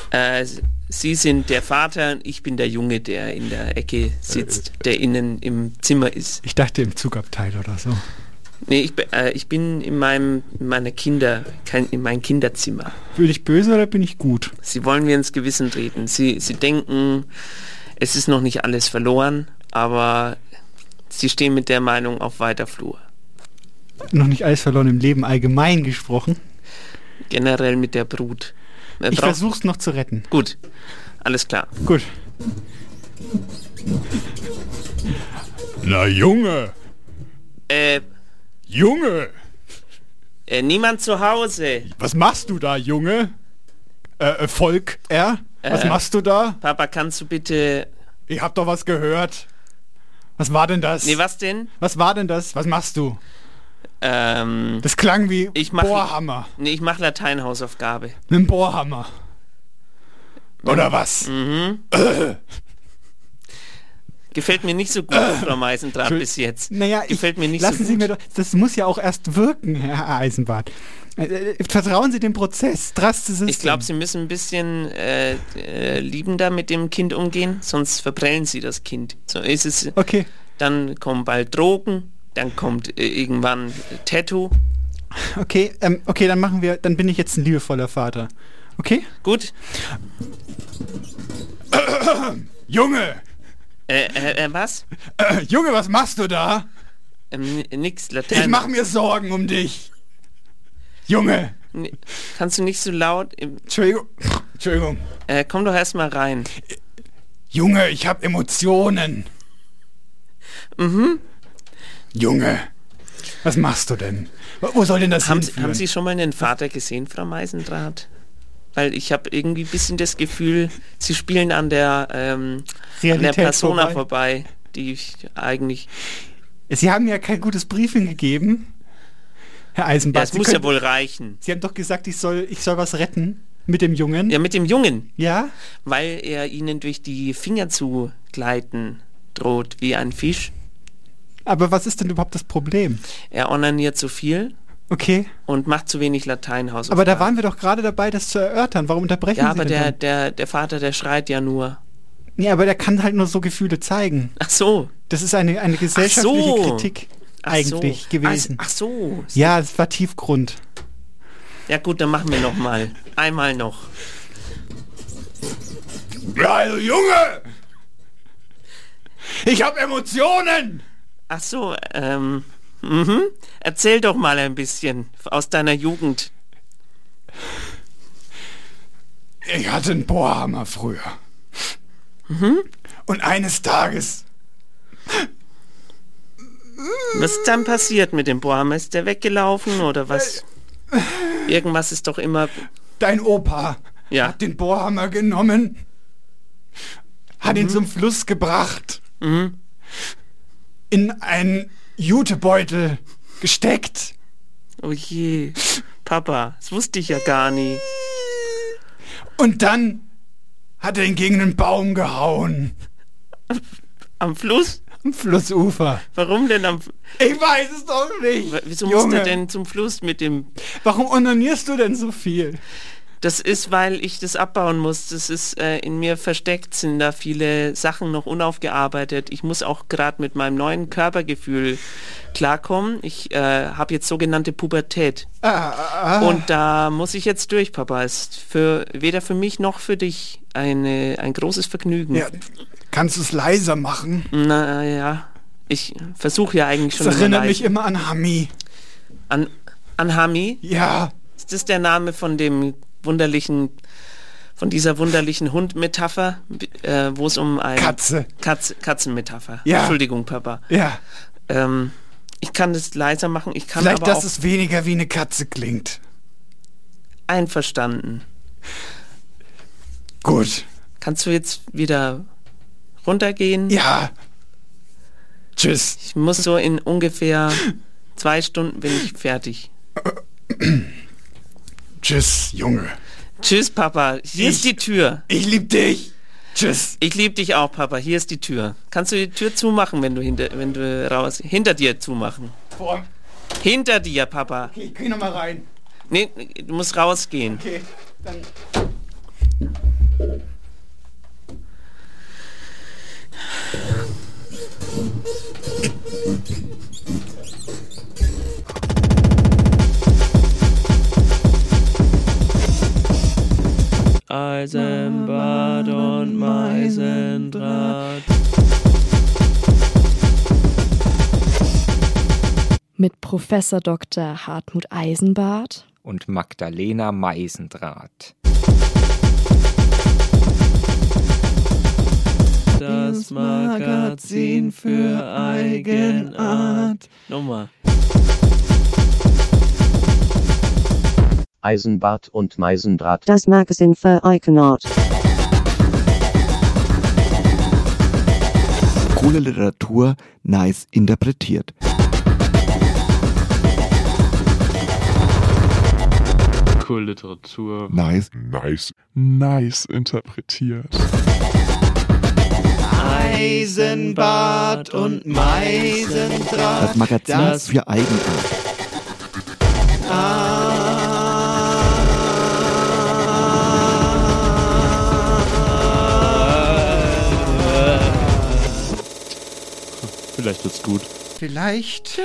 Sie sind der Vater und ich bin der Junge, der in der Ecke sitzt, der innen im Zimmer ist. Ich dachte im Zugabteil oder so. Nee, ich bin in meinem Kinderzimmer. Bin ich böse oder bin ich gut? Sie wollen mir ins Gewissen treten. Sie denken, es ist noch nicht alles verloren, aber Sie stehen mit der Meinung auf weiter Flur. Noch nicht alles verloren im Leben allgemein gesprochen. Generell mit der Brut. Ich versuch's noch zu retten. Gut, alles klar. Gut. Na Junge! Junge! Niemand zu Hause. Was machst du da, Junge? Volk, Was machst du da? Papa, kannst du bitte... Ich hab doch was gehört. Was war denn das? Nee, was denn? Was war denn das? Was machst du? Das klang wie Bohrhammer. Nee, ich mach Lateinhausaufgabe. Mit dem Bohrhammer. Oder was? Mhm. Gefällt mir nicht so gut, Frau Meisendrath, bis jetzt. Naja, gefällt mir nicht lassen so gut. Sie mir doch, das muss ja auch erst wirken, Herr Eisenbart. Vertrauen Sie dem Prozess. Trust the system. Ich glaube, Sie müssen ein bisschen liebender mit dem Kind umgehen, sonst verprellen Sie das Kind. So ist es. Okay. Dann kommen bald Drogen, dann kommt irgendwann Tattoo. Okay, dann bin ich jetzt ein liebevoller Vater. Okay? Gut. Junge! Was? Junge, was machst du da? Nix, Latein. Ich mach mir Sorgen um dich. Junge! Kannst du nicht so laut... Entschuldigung. Komm doch erstmal rein. Junge, ich hab Emotionen. Mhm. Junge, was machst du denn? Wo soll denn das hinführen? Haben Sie schon mal einen Vater gesehen, Frau Meisendrath? Weil ich habe irgendwie ein bisschen das Gefühl, Sie spielen an der Persona vorbei, die ich eigentlich... Sie haben ja kein gutes Briefing gegeben, Herr Eisenbart. Ja, es muss ja wohl reichen. Sie haben doch gesagt, ich soll was retten mit dem Jungen. Ja, mit dem Jungen. Ja? Weil er Ihnen durch die Finger zu gleiten droht, wie ein Fisch. Aber was ist denn überhaupt das Problem? Er onaniert zu viel. Okay. Und macht zu wenig Lateinhausaufgaben. Aber da waren wir doch gerade dabei, das zu erörtern. Warum unterbrechen Sie denn? Ja, aber der Vater, der schreit ja nur. Nee, aber der kann halt nur so Gefühle zeigen. Ach so. Das ist eine gesellschaftliche Kritik eigentlich gewesen. Ach so. Ja, es war Tiefgrund. Ja gut, dann machen wir noch mal. Einmal noch. Ja, also Junge! Ich hab Emotionen! Ach so, Erzähl doch mal ein bisschen aus deiner Jugend. Ich hatte einen Bohrhammer früher. Und eines Tages... Was ist dann passiert mit dem Bohrhammer? Ist der weggelaufen oder was? Irgendwas ist doch immer... Dein Opa hat den Bohrhammer genommen, hat ihn zum Fluss gebracht, in einen Jutebeutel gesteckt. Oh je, Papa, das wusste ich ja gar nie. Und dann hat er ihn gegen einen Baum gehauen. Am Fluss? Am Flussufer. Warum denn am... Ich weiß es doch nicht. Wieso musst du denn zum Fluss mit dem... Warum onanierst du denn so viel? Das ist, weil ich das abbauen muss. Das ist in mir versteckt, sind da viele Sachen noch unaufgearbeitet. Ich muss auch gerade mit meinem neuen Körpergefühl klarkommen. Ich habe jetzt sogenannte Pubertät. Und da muss ich jetzt durch, Papa. Ist weder für mich noch für dich ein großes Vergnügen. Ja, kannst du es leiser machen? Naja, ich versuche ja eigentlich schon... Das erinnert mich immer an Hami. An Hami? Ja. Ist das der Name von dieser wunderlichen Hund-Metapher, wo es um eine Katzenmetapher. Ja. Entschuldigung, Papa. Ja. Ich kann das leiser machen. Ich kann vielleicht, aber dass es weniger wie eine Katze klingt. Einverstanden. Gut. Kannst du jetzt wieder runtergehen? Ja. Tschüss. Ich muss so in ungefähr 2 Stunden bin ich fertig. Tschüss, Junge. Tschüss, Papa. Hier ist die Tür. Ich lieb dich. Tschüss. Ich lieb dich auch, Papa. Hier ist die Tür. Kannst du die Tür zumachen, wenn du raus... Hinter dir zumachen. Vor. Hinter dir, Papa. Okay, ich geh noch mal rein. Nee, du musst rausgehen. Okay, dann... Eisenbad und Meisendraht. Mit Professor Dr. Hartmut Eisenbart und Magdalena Meisendraht. Das Magazin für Eigenart. Nochmal. Eisenbart und Meisendraht. Das Magazin für Eigenart. Coole Literatur, nice interpretiert. Coole Literatur. Nice interpretiert. Eisenbart und Meisendraht. Das Magazin für Eigenart. Vielleicht wird's gut. Vielleicht.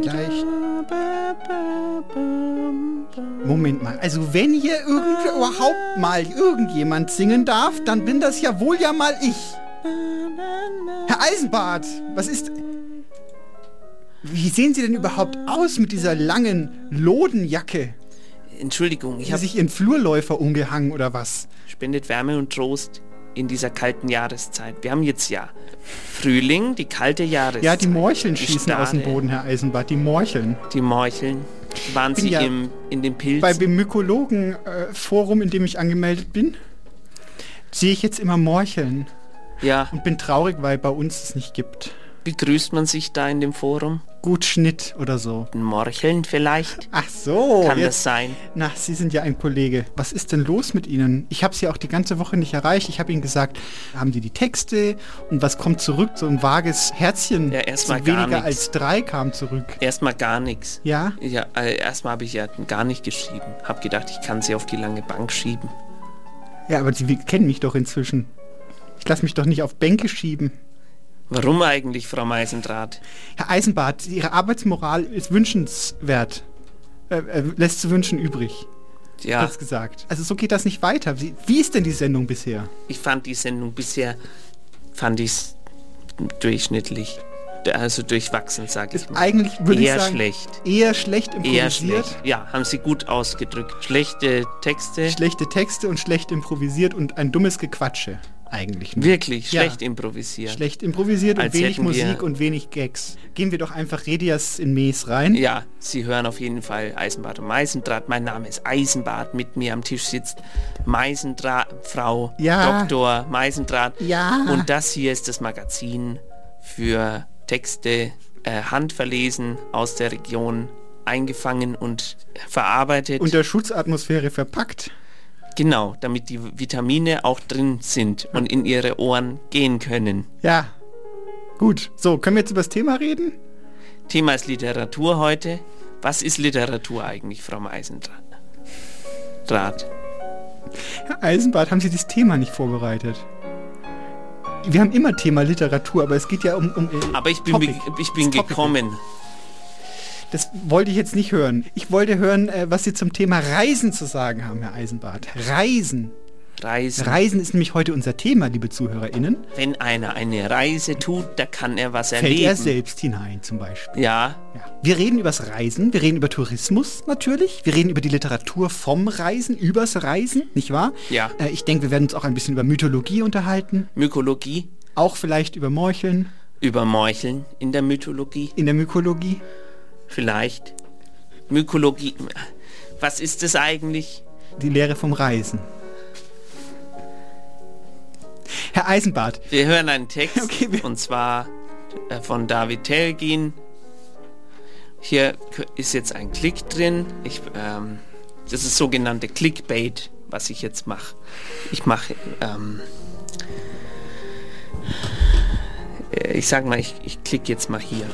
Moment mal, also wenn hier überhaupt mal irgendjemand singen darf, dann bin das ja wohl ja mal ich. Herr Eisenbart, was ist... Wie sehen Sie denn überhaupt aus mit dieser langen Lodenjacke? Entschuldigung, ich habe sich in Flurläufer umgehangen oder was? Spendet Wärme und Trost in dieser kalten Jahreszeit. Wir haben jetzt ja Frühling, die kalte Jahreszeit. Ja, die Morcheln schießen aus dem Boden, Herr Eisenbart, die Morcheln. Die Morcheln. Waren Sie ja in dem Pilz? Bei dem Mykologen-Forum, in dem ich angemeldet bin, sehe ich jetzt immer Morcheln. Ja. Und bin traurig, weil bei uns es nicht gibt. Wie grüßt man sich da in dem Forum? Gut Schnitt oder so. Ein Morcheln vielleicht? Ach so. Kann das sein? Na, Sie sind ja ein Kollege. Was ist denn los mit Ihnen? Ich habe Sie auch die ganze Woche nicht erreicht. Ich habe Ihnen gesagt, haben Sie die Texte und was kommt zurück? So ein vages Herzchen. Ja, erstmal so gar weniger nichts. als 3 kam zurück. Erstmal gar nichts. Ja? Ja, erstmal habe ich ja gar nicht geschrieben. Hab gedacht, ich kann sie auf die lange Bank schieben. Ja, aber Sie kennen mich doch inzwischen. Ich lasse mich doch nicht auf Bänke schieben. Warum eigentlich, Frau Meisendraht? Herr Eisenbart, Ihre Arbeitsmoral ist wünschenswert. Lässt zu wünschen übrig. Ja. Kurz gesagt. Also so geht das nicht weiter. Wie ist denn die Sendung bisher? Ich fand die Sendung bisher, durchschnittlich. Also durchwachsen, sag ich mal. Eigentlich würde ich sagen, schlecht. Eher schlecht improvisiert. Eher schlecht. Ja, haben Sie gut ausgedrückt. Schlechte Texte. Schlechte Texte und schlecht improvisiert und ein dummes Gequatsche. Eigentlich nur. Wirklich, ja. Schlecht improvisiert. Schlecht improvisiert und Als wenig hätten wir- Musik und wenig Gags. Gehen wir doch einfach Redias in Mes rein. Ja, Sie hören auf jeden Fall Eisenbart und Meisendraht. Mein Name ist Eisenbart. Mit mir am Tisch sitzt Meisendraht, Frau Ja. Dr. Meisendraht. Ja. Und das hier ist das Magazin für Texte, handverlesen aus der Region, eingefangen und verarbeitet. Unter Schutzatmosphäre verpackt. Genau, damit die Vitamine auch drin sind und in Ihre Ohren gehen können. Ja. Gut. So, können wir jetzt über das Thema reden? Thema ist Literatur heute. Was ist Literatur eigentlich, Frau Meisendraht? Herr Eisenbart, haben Sie das Thema nicht vorbereitet? Wir haben immer Thema Literatur, aber es geht ja um Aber ich bin Topic. Das Topic. gekommen. Das wollte ich jetzt nicht hören. Ich wollte hören, was Sie zum Thema Reisen zu sagen haben, Herr Eisenbart. Reisen. Reisen ist nämlich heute unser Thema, liebe ZuhörerInnen. Wenn einer eine Reise tut, da kann er was erleben. Fällt er selbst hinein zum Beispiel. Ja. Wir reden übers Reisen, wir reden über Tourismus natürlich, wir reden über die Literatur vom Reisen, übers Reisen, nicht wahr? Ja. Ich denke, wir werden uns auch ein bisschen über Mythologie unterhalten. Mykologie. Auch vielleicht über Morcheln. Über Morcheln in der Mythologie. In der Mykologie. Vielleicht. Mykologie. Was ist das eigentlich? Die Lehre vom Reisen. Herr Eisenbart. Wir hören einen Text, Okay, und zwar von David Telgin. Hier ist jetzt ein Klick drin. Das ist sogenannte Clickbait, was ich jetzt mache. Ich sag mal, ich klicke jetzt mal hier.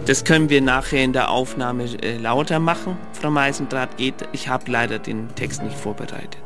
Das können wir nachher in der Aufnahme lauter machen, Frau Meisendrath. Ich habe leider den Text nicht vorbereitet.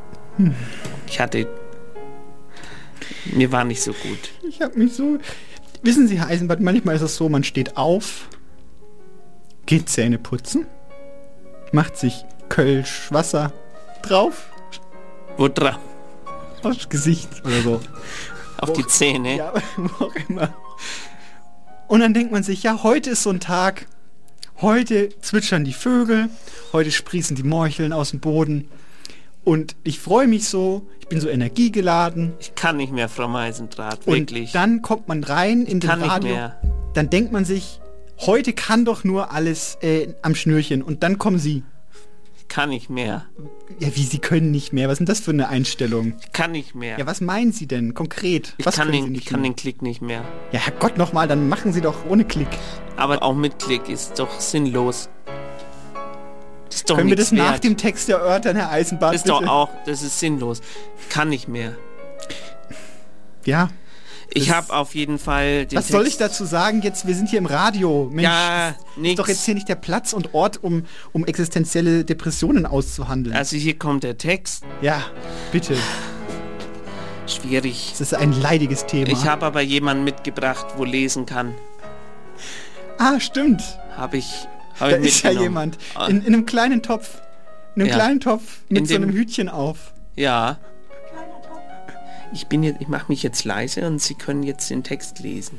Mir war nicht so gut. Ich habe mich so... Wissen Sie, Herr Eisenbart, manchmal ist es so, man steht auf, geht Zähne putzen, macht sich Kölsch Wasser drauf. Wo drauf? Aufs Gesicht oder so. Auf die Zähne? Ja, wo auch immer. Und dann denkt man sich, ja, heute ist so ein Tag, heute zwitschern die Vögel, heute sprießen die Morcheln aus dem Boden und ich freue mich so, ich bin so energiegeladen. Ich kann nicht mehr, Frau Meisendrath, wirklich. Und dann kommt man rein in den Radio, dann denkt man sich, heute kann doch nur alles am Schnürchen und dann kommen Sie. Ich kann nicht mehr. Ja, wie, Sie können nicht mehr? Was ist denn das für eine Einstellung? Ich kann nicht mehr. Ja, was meinen Sie denn konkret? Ich kann den Klick nicht mehr. Ja, Herrgott nochmal, dann machen Sie doch ohne Klick. Aber auch mit Klick ist doch sinnlos. Das ist doch Können wir das wert. nach dem Text erörtern, Herr Eisenbart? Das ist doch auch, das ist sinnlos. Ich kann nicht mehr. Ja. Ich habe auf jeden Fall den Was soll ich dazu sagen jetzt? Wir sind hier im Radio. Mensch, ja, ist doch jetzt hier nicht der Platz und Ort, um existenzielle Depressionen auszuhandeln. Also hier kommt der Text. Ja, bitte. Schwierig. Das ist ein leidiges Thema. Ich habe aber jemanden mitgebracht, wo lesen kann. Ah, stimmt. Habe ich da ist ja jemand. In einem kleinen Topf. In einem kleinen Topf mit so einem Hütchen auf. Ja. Ich mache mich jetzt leise und Sie können jetzt den Text lesen.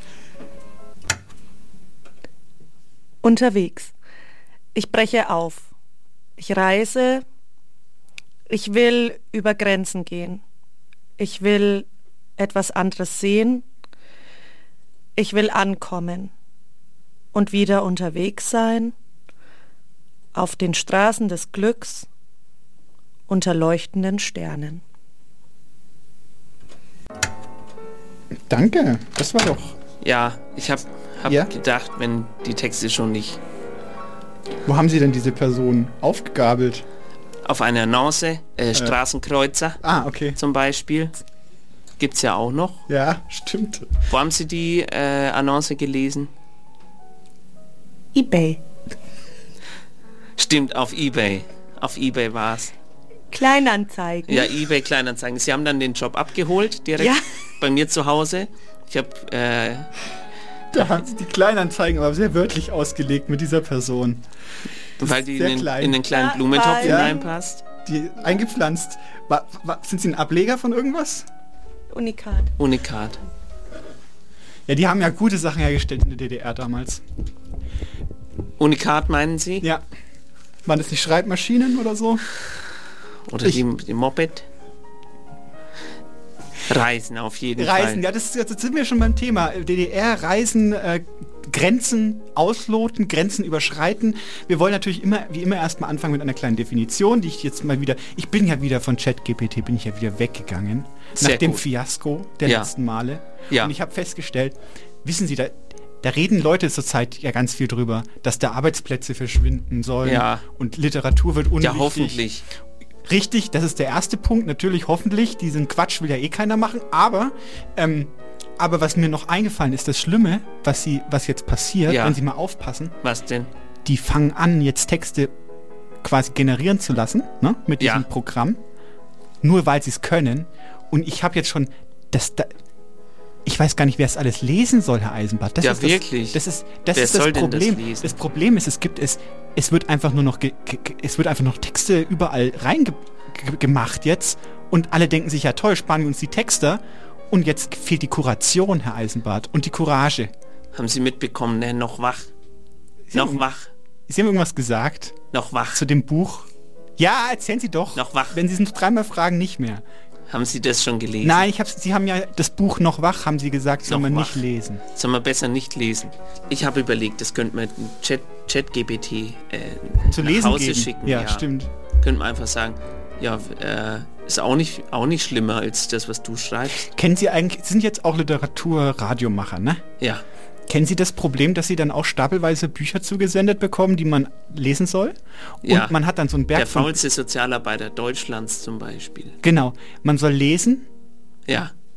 Unterwegs. Ich breche auf. Ich reise. Ich will über Grenzen gehen. Ich will etwas anderes sehen. Ich will ankommen und wieder unterwegs sein, auf den Straßen des Glücks, unter leuchtenden Sternen. Danke, das war doch... Ja, ich hab gedacht, wenn die Texte schon nicht... Wo haben Sie denn diese Person aufgegabelt? Auf einer Annonce, Straßenkreuzer. Ah, okay. Zum Beispiel. Gibt's ja auch noch. Ja, stimmt. Wo haben Sie die Annonce gelesen? eBay. Stimmt, auf eBay. Auf eBay war's. Kleinanzeigen. Ja, eBay Kleinanzeigen. Sie haben dann den Job abgeholt, direkt bei mir zu Hause. Ich habe... da haben Sie die Kleinanzeigen aber sehr wörtlich ausgelegt mit dieser Person. Weil die in den kleinen Blumentopf hineinpasst. Die eingepflanzt. Sind Sie ein Ableger von irgendwas? Unikat. Ja, die haben ja gute Sachen hergestellt in der DDR damals. Unikat meinen Sie? Ja. Waren das nicht Schreibmaschinen oder so? Oder die Moped? Reisen auf jeden Fall. Reisen, ja, das sind wir schon beim Thema. DDR, Reisen, Grenzen ausloten, Grenzen überschreiten. Wir wollen natürlich wie immer erstmal anfangen mit einer kleinen Definition, die ich jetzt mal wieder... Ich bin ja wieder von ChatGPT, wieder weggegangen. Nach dem Fiasko der letzten Male. Ja. Und ich habe festgestellt, wissen Sie, da reden Leute zurzeit ja ganz viel drüber, dass da Arbeitsplätze verschwinden sollen und Literatur wird unwichtig. Ja, hoffentlich. Richtig, das ist der erste Punkt. Natürlich, hoffentlich. Diesen Quatsch will ja eh keiner machen. Aber was mir noch eingefallen ist, das Schlimme, was jetzt passiert, wenn Sie mal aufpassen. Was denn? Die fangen an, jetzt Texte quasi generieren zu lassen, ne, mit diesem Programm. Nur weil sie es können. Und ich habe jetzt schon ich weiß gar nicht, wer es alles lesen soll, Herr Eisenbart. Das ist wirklich. Das ist das Problem. Das Problem ist, es wird einfach nur noch Texte überall reingemacht jetzt und alle denken sich, ja toll, sparen wir uns die Texte und jetzt fehlt die Kuration, Herr Eisenbart, und die Courage. Haben Sie mitbekommen, ne? Noch wach. Sie haben irgendwas gesagt? Noch wach. Zu dem Buch? Ja, erzählen Sie doch. Noch wach. Wenn Sie es noch dreimal fragen, nicht mehr. Haben Sie das schon gelesen? Nein, Sie haben ja das Buch Noch wach, haben Sie gesagt, soll man nicht lesen. Soll man besser nicht lesen. Ich habe überlegt, das könnte man ChatGPT zu nach lesen Hause geben. schicken. Ja, stimmt. Könnte man einfach sagen, ja, ist auch nicht schlimmer als das, was du schreibst. Kennen Sie eigentlich, Sie sind jetzt auch Literatur-Radiomacher, ne? Ja. Kennen Sie das Problem, dass Sie dann auch stapelweise Bücher zugesendet bekommen, die man lesen soll? Und man hat dann so einen Berg der faulste Sozialarbeiter Deutschlands zum Beispiel. Genau. Man soll lesen. Ja.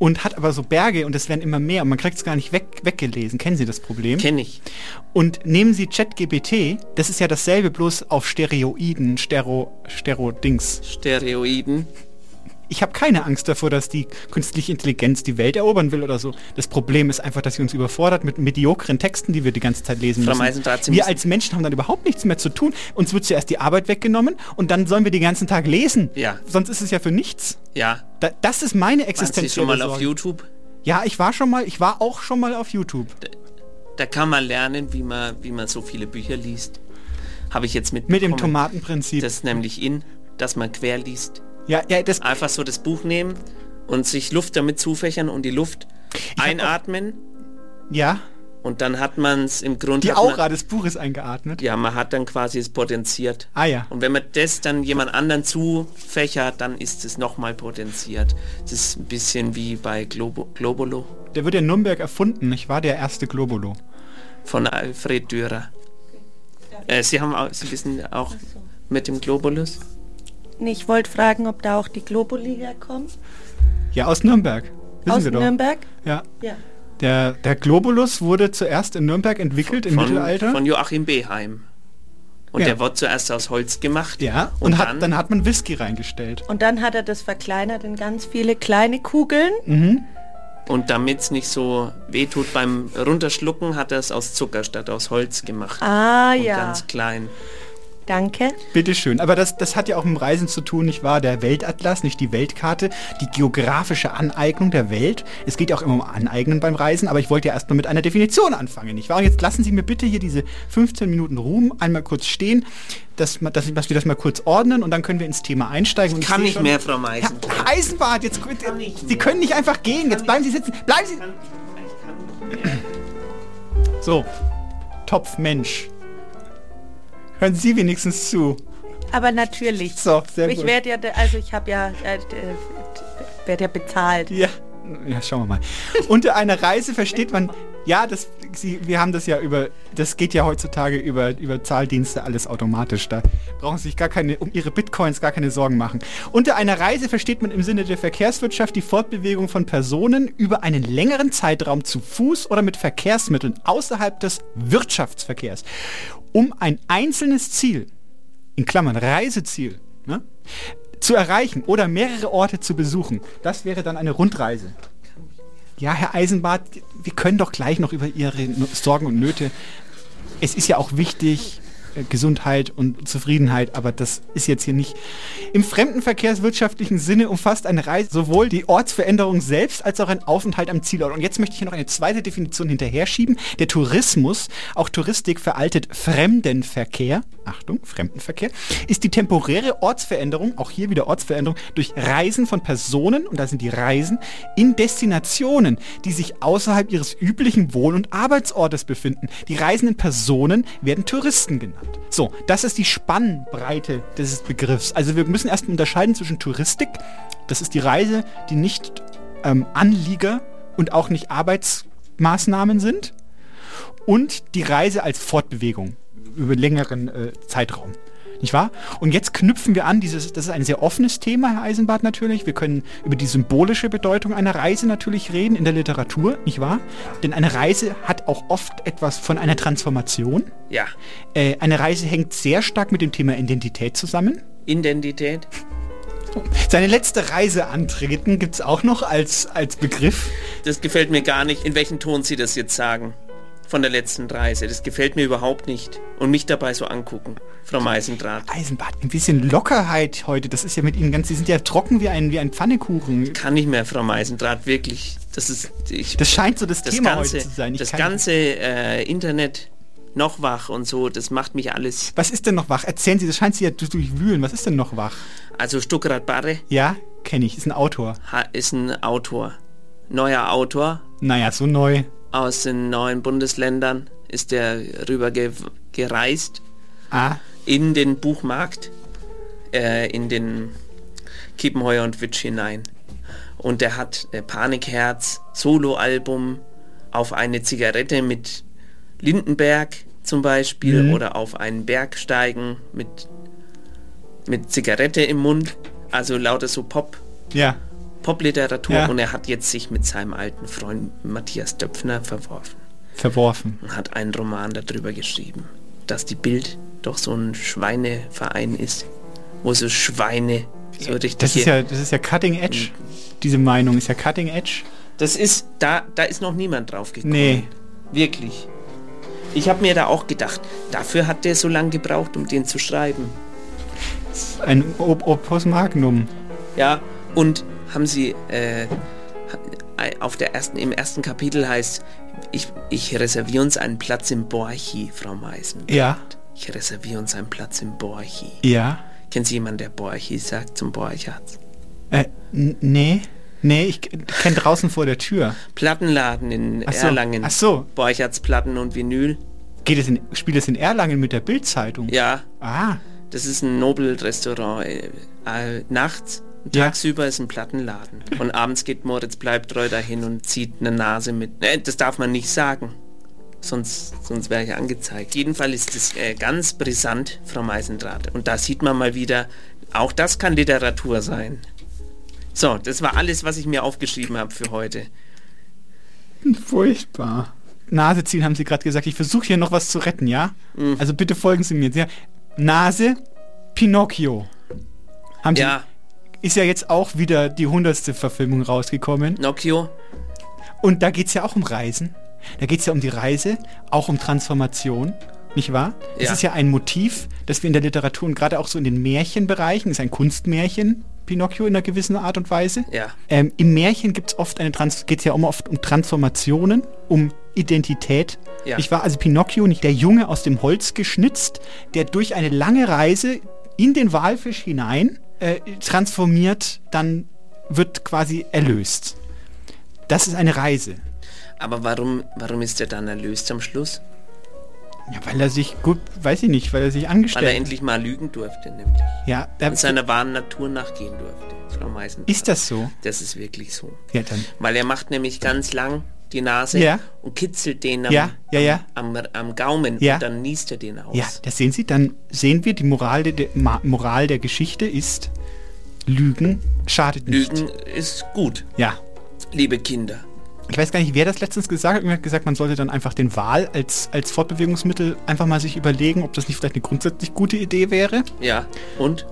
und hat aber so Berge und es werden immer mehr und man kriegt es gar nicht weggelesen. Kennen Sie das Problem? Kenn ich. Und nehmen Sie ChatGPT, das ist ja dasselbe, bloß auf Steroiden, Stero-Dings. Steroiden. Ich habe keine Angst davor, dass die künstliche Intelligenz die Welt erobern will oder so. Das Problem ist einfach, dass sie uns überfordert mit mediokren Texten, die wir die ganze Zeit lesen müssen. Wir als Menschen haben dann überhaupt nichts mehr zu tun. Uns wird zuerst die Arbeit weggenommen und dann sollen wir den ganzen Tag lesen. Ja. Sonst ist es ja für nichts. Ja. Das ist meine Existenz. Warst du schon mal auf YouTube? Ja, ich war auch schon mal auf YouTube. Da kann man lernen, wie man so viele Bücher liest. Habe ich jetzt mitbekommen. Mit dem Tomatenprinzip. Das ist nämlich dass man quer liest. Ja, das einfach so das Buch nehmen und sich Luft damit zufächern und die Luft einatmen. Ja. Und dann hat man es im Grunde... Die Aura des Buches eingeatmet. Ja, man hat dann quasi es potenziert. Ah ja. Und wenn man das dann jemand anderen zufächert, dann ist es nochmal potenziert. Das ist ein bisschen wie bei Globolo. Der wird ja in Nürnberg erfunden, nicht wahr? Der erste Globolo. Von Alfred Dürer. Sie wissen auch mit dem Globolus? Nee, ich wollte fragen, ob da auch die Globuli herkommen. Ja, aus Nürnberg. Aus Nürnberg? Ja. Der Globulus wurde zuerst in Nürnberg entwickelt im Mittelalter. Von Joachim Beheim. Und der wurde zuerst aus Holz gemacht. Ja, und dann hat man Whisky reingestellt. Und dann hat er das verkleinert in ganz viele kleine Kugeln. Mhm. Und damit es nicht so wehtut beim Runterschlucken, hat er es aus Zucker statt aus Holz gemacht. Ah, und ja. Ganz klein. Danke. Bitteschön. Aber das hat ja auch mit dem Reisen zu tun, nicht wahr? Der Weltatlas, nicht die Weltkarte, die geografische Aneignung der Welt. Es geht ja auch immer um Aneignen beim Reisen, aber ich wollte ja erstmal mit einer Definition anfangen, nicht wahr? Und jetzt lassen Sie mir bitte hier diese 15 Minuten Ruhm einmal kurz stehen, dass wir das mal kurz ordnen und dann können wir ins Thema einsteigen. Ich kann nicht mehr, Frau Meisen. Herr Eisenbart, jetzt Sie können nicht einfach gehen. Jetzt bleiben Sie sitzen. Bleiben Sie... So, Topfmensch. Hören Sie wenigstens zu. Aber natürlich. So, sehr gut. Ich werde ja, werde ja bezahlt. Ja, schauen wir mal. Unter einer Reise versteht man, ja, wir haben das ja das geht ja heutzutage über Zahldienste alles automatisch. Da brauchen Sie sich um Ihre Bitcoins gar keine Sorgen machen. Unter einer Reise versteht man im Sinne der Verkehrswirtschaft die Fortbewegung von Personen über einen längeren Zeitraum zu Fuß oder mit Verkehrsmitteln außerhalb des Wirtschaftsverkehrs, um ein einzelnes Ziel, in Klammern Reiseziel, ne, zu erreichen oder mehrere Orte zu besuchen. Das wäre dann eine Rundreise. Ja, Herr Eisenbart, wir können doch gleich noch über Ihre Sorgen und Nöte. Es ist ja auch wichtig, Gesundheit und Zufriedenheit, aber das ist jetzt hier nicht. Im fremdenverkehrswirtschaftlichen Sinne umfasst eine Reise sowohl die Ortsveränderung selbst als auch ein Aufenthalt am Zielort. Und jetzt möchte ich hier noch eine zweite Definition hinterher schieben. Der Tourismus, auch Touristik veraltet Fremdenverkehr, Achtung, Fremdenverkehr, ist die temporäre Ortsveränderung, auch hier wieder Ortsveränderung, durch Reisen von Personen, und da sind die Reisen, in Destinationen, die sich außerhalb ihres üblichen Wohn- und Arbeitsortes befinden. Die reisenden Personen werden Touristen genannt. So, das ist die Spannbreite dieses Begriffs. Also wir müssen erstmal unterscheiden zwischen Touristik, das ist die Reise, die nicht Anlieger und auch nicht Arbeitsmaßnahmen sind, und die Reise als Fortbewegung über längeren Zeitraum. Nicht wahr? Und jetzt knüpfen wir an, das ist ein sehr offenes Thema, Herr Eisenbart, natürlich. Wir können über die symbolische Bedeutung einer Reise natürlich reden in der Literatur, nicht wahr? Denn eine Reise hat auch oft etwas von einer Transformation. Ja. Eine Reise hängt sehr stark mit dem Thema Identität zusammen. Identität? Seine letzte Reise antreten gibt es auch noch als Begriff. Das gefällt mir gar nicht, in welchem Ton Sie das jetzt sagen. Von der letzten Reise. Das gefällt mir überhaupt nicht. Und mich dabei so angucken, Frau Meisendraht. Eisenbart, ein bisschen Lockerheit heute. Das ist ja mit Ihnen ganz... Sie sind ja trocken wie ein Pfannekuchen. Kann nicht mehr, Frau Meisendraht, wirklich. Das scheint so das Thema heute zu sein. Das ganze Internet noch wach und so, das macht mich alles... Was ist denn noch wach? Erzählen Sie, das scheint Sie ja durchwühlen. Was ist denn noch wach? Also Stuckrad Barre. Ja, kenne ich. Ist ein Autor. Ist ein Autor. Neuer Autor. Naja, so neu. Aus den neuen Bundesländern ist der rüber gereist in den Buchmarkt, in den Kiepenheuer und Witsch hinein. Und der hat Panikherz, Soloalbum, auf eine Zigarette mit Lindenberg zum Beispiel oder auf einen Berg steigen mit Zigarette im Mund, also lauter so Pop. Ja. Popliteratur, Ja. und er hat jetzt sich mit seinem alten Freund Matthias Döpfner Verworfen. und hat einen Roman darüber geschrieben, dass die Bild doch so ein Schweineverein ist, wo so Schweine so richtig... Das ist ja Cutting Edge. Diese Meinung ist ja Cutting Edge. Das ist, da ist noch niemand drauf gekommen. Nee. Wirklich. Ich habe mir da auch gedacht, dafür hat der so lange gebraucht, um den zu schreiben. Ein Opus Magnum. Ja, und haben sie im ersten Kapitel heißt, ich reserviere uns einen Platz im Borchi, Frau Meisen. Ja. Ich reserviere uns einen Platz im Borchi. Ja. Kennen Sie jemanden, der Borchi sagt zum Borchardt? Nee. Nee, ich kenne draußen vor der Tür. Plattenladen in Erlangen. Ach so. Borchards Platten und Vinyl. Spielt es in Erlangen mit der Bild-Zeitung? Ja. Ah. Das ist ein Nobelrestaurant. Nachts, tagsüber ist ein Plattenladen. Und abends geht Moritz Bleibtreu dahin und zieht eine Nase mit. Das darf man nicht sagen. Sonst wäre ich angezeigt. Jedenfalls ist es ganz brisant, Frau Meisendrath. Und da sieht man mal wieder, auch das kann Literatur sein. So, das war alles, was ich mir aufgeschrieben habe für heute. Furchtbar. Nase ziehen, haben Sie gerade gesagt. Ich versuche hier noch was zu retten, ja? Mhm. Also bitte folgen Sie mir. Ja? Nase, Pinocchio. Ja. Ist ja jetzt auch wieder die 100. Verfilmung rausgekommen. Pinocchio. Und da geht es ja auch um Reisen. Da geht es ja um die Reise, auch um Transformation, nicht wahr? Ja. Es ist ja ein Motiv, das wir in der Literatur und gerade auch so in den Märchenbereichen, ist ein Kunstmärchen, Pinocchio in einer gewissen Art und Weise. Ja. Im Märchen geht es ja oft um Transformationen, um Identität. Ja. Ich war also Pinocchio, nicht der Junge aus dem Holz geschnitzt, der durch eine lange Reise in den Walfisch hinein transformiert, dann wird quasi erlöst. Das ist eine Reise. Aber warum ist er dann erlöst am Schluss? Ja, weil er sich weil er sich angestellt hat. Weil er endlich mal lügen durfte, nämlich. Ja. Und seiner wahren Natur nachgehen durfte. Frau Meisendrath. Ist das so? Das ist wirklich so. Ja, dann. Weil er macht nämlich ganz lang die Nase und kitzelt den am Gaumen und dann niest er den aus. Ja, das sehen Sie. Dann sehen wir, die Moral der Geschichte ist, Lügen schadet nicht. Lügen ist gut. Ja. Liebe Kinder. Ich weiß gar nicht, wer das letztens gesagt hat. Irgendwer hat gesagt, man sollte dann einfach den Wal als Fortbewegungsmittel einfach mal sich überlegen, ob das nicht vielleicht eine grundsätzlich gute Idee wäre. Ja, und?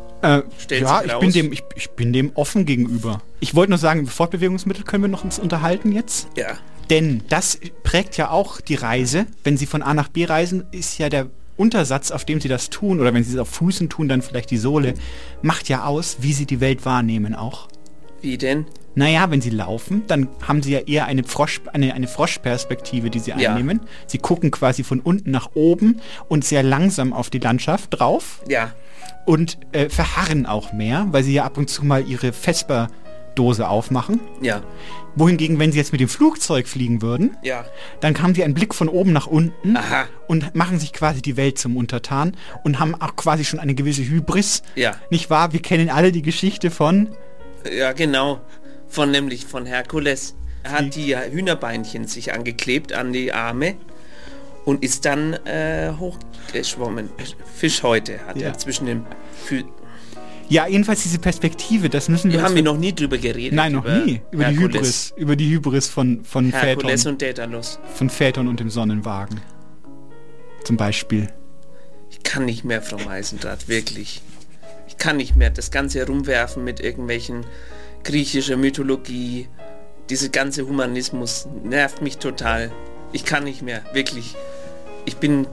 Ich bin dem offen gegenüber. Ich wollte nur sagen, über Fortbewegungsmittel können wir noch uns unterhalten jetzt. Ja. Denn das prägt ja auch die Reise. Wenn Sie von A nach B reisen, ist ja der Untersatz, auf dem Sie das tun, oder wenn Sie es auf Füßen tun, dann vielleicht die Sohle, macht ja aus, wie Sie die Welt wahrnehmen auch. Wie denn? Naja, wenn Sie laufen, dann haben Sie ja eher eine Froschperspektive, die Sie einnehmen. Sie gucken quasi von unten nach oben und sehr langsam auf die Landschaft drauf. Ja. Und verharren auch mehr, weil Sie ja ab und zu mal Ihre Vesper-Dose aufmachen. Ja. Wohingegen, wenn Sie jetzt mit dem Flugzeug fliegen würden, dann haben Sie einen Blick von oben nach unten und machen sich quasi die Welt zum Untertan und haben auch quasi schon eine gewisse Hybris. Ja. Nicht wahr? Wir kennen alle die Geschichte von... Ja, genau. Nämlich von Herkules. Er hat die Hühnerbeinchen sich angeklebt an die Arme und ist dann hochgeschwommen. Fischhäute hat er zwischen den Füßen. Ja, jedenfalls diese Perspektive, das müssen wir... Haben wir noch nie drüber geredet. Nein, noch nie. Über die Hybris von Herkules Phaeton. Und Daedalus. Von Phaeton und dem Sonnenwagen. Zum Beispiel. Ich kann nicht mehr, Frau Meisendrath, wirklich. Ich kann nicht mehr das Ganze herumwerfen mit irgendwelchen griechischer Mythologie. Dieser ganze Humanismus nervt mich total. Ich kann nicht mehr, wirklich. Ich bin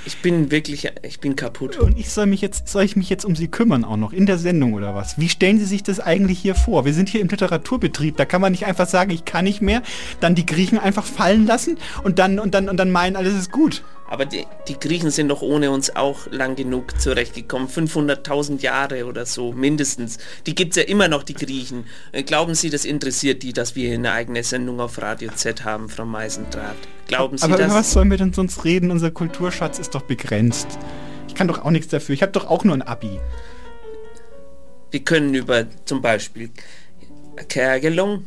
kaputt. Und soll ich mich jetzt um Sie kümmern auch noch in der Sendung oder was? Wie stellen Sie sich das eigentlich hier vor? Wir sind hier im Literaturbetrieb, da kann man nicht einfach sagen, ich kann nicht mehr, dann die Griechen einfach fallen lassen und dann meinen, alles ist gut. Aber die Griechen sind doch ohne uns auch lang genug zurechtgekommen. 500.000 Jahre oder so, mindestens. Die gibt's ja immer noch, die Griechen. Glauben Sie, das interessiert die, dass wir eine eigene Sendung auf Radio Z haben, Frau Meisendrath? Glauben Sie das? Aber über was sollen wir denn sonst reden? Unser Kulturschatz ist doch begrenzt. Ich kann doch auch nichts dafür. Ich habe doch auch nur ein Abi. Wir können über zum Beispiel Kerbeling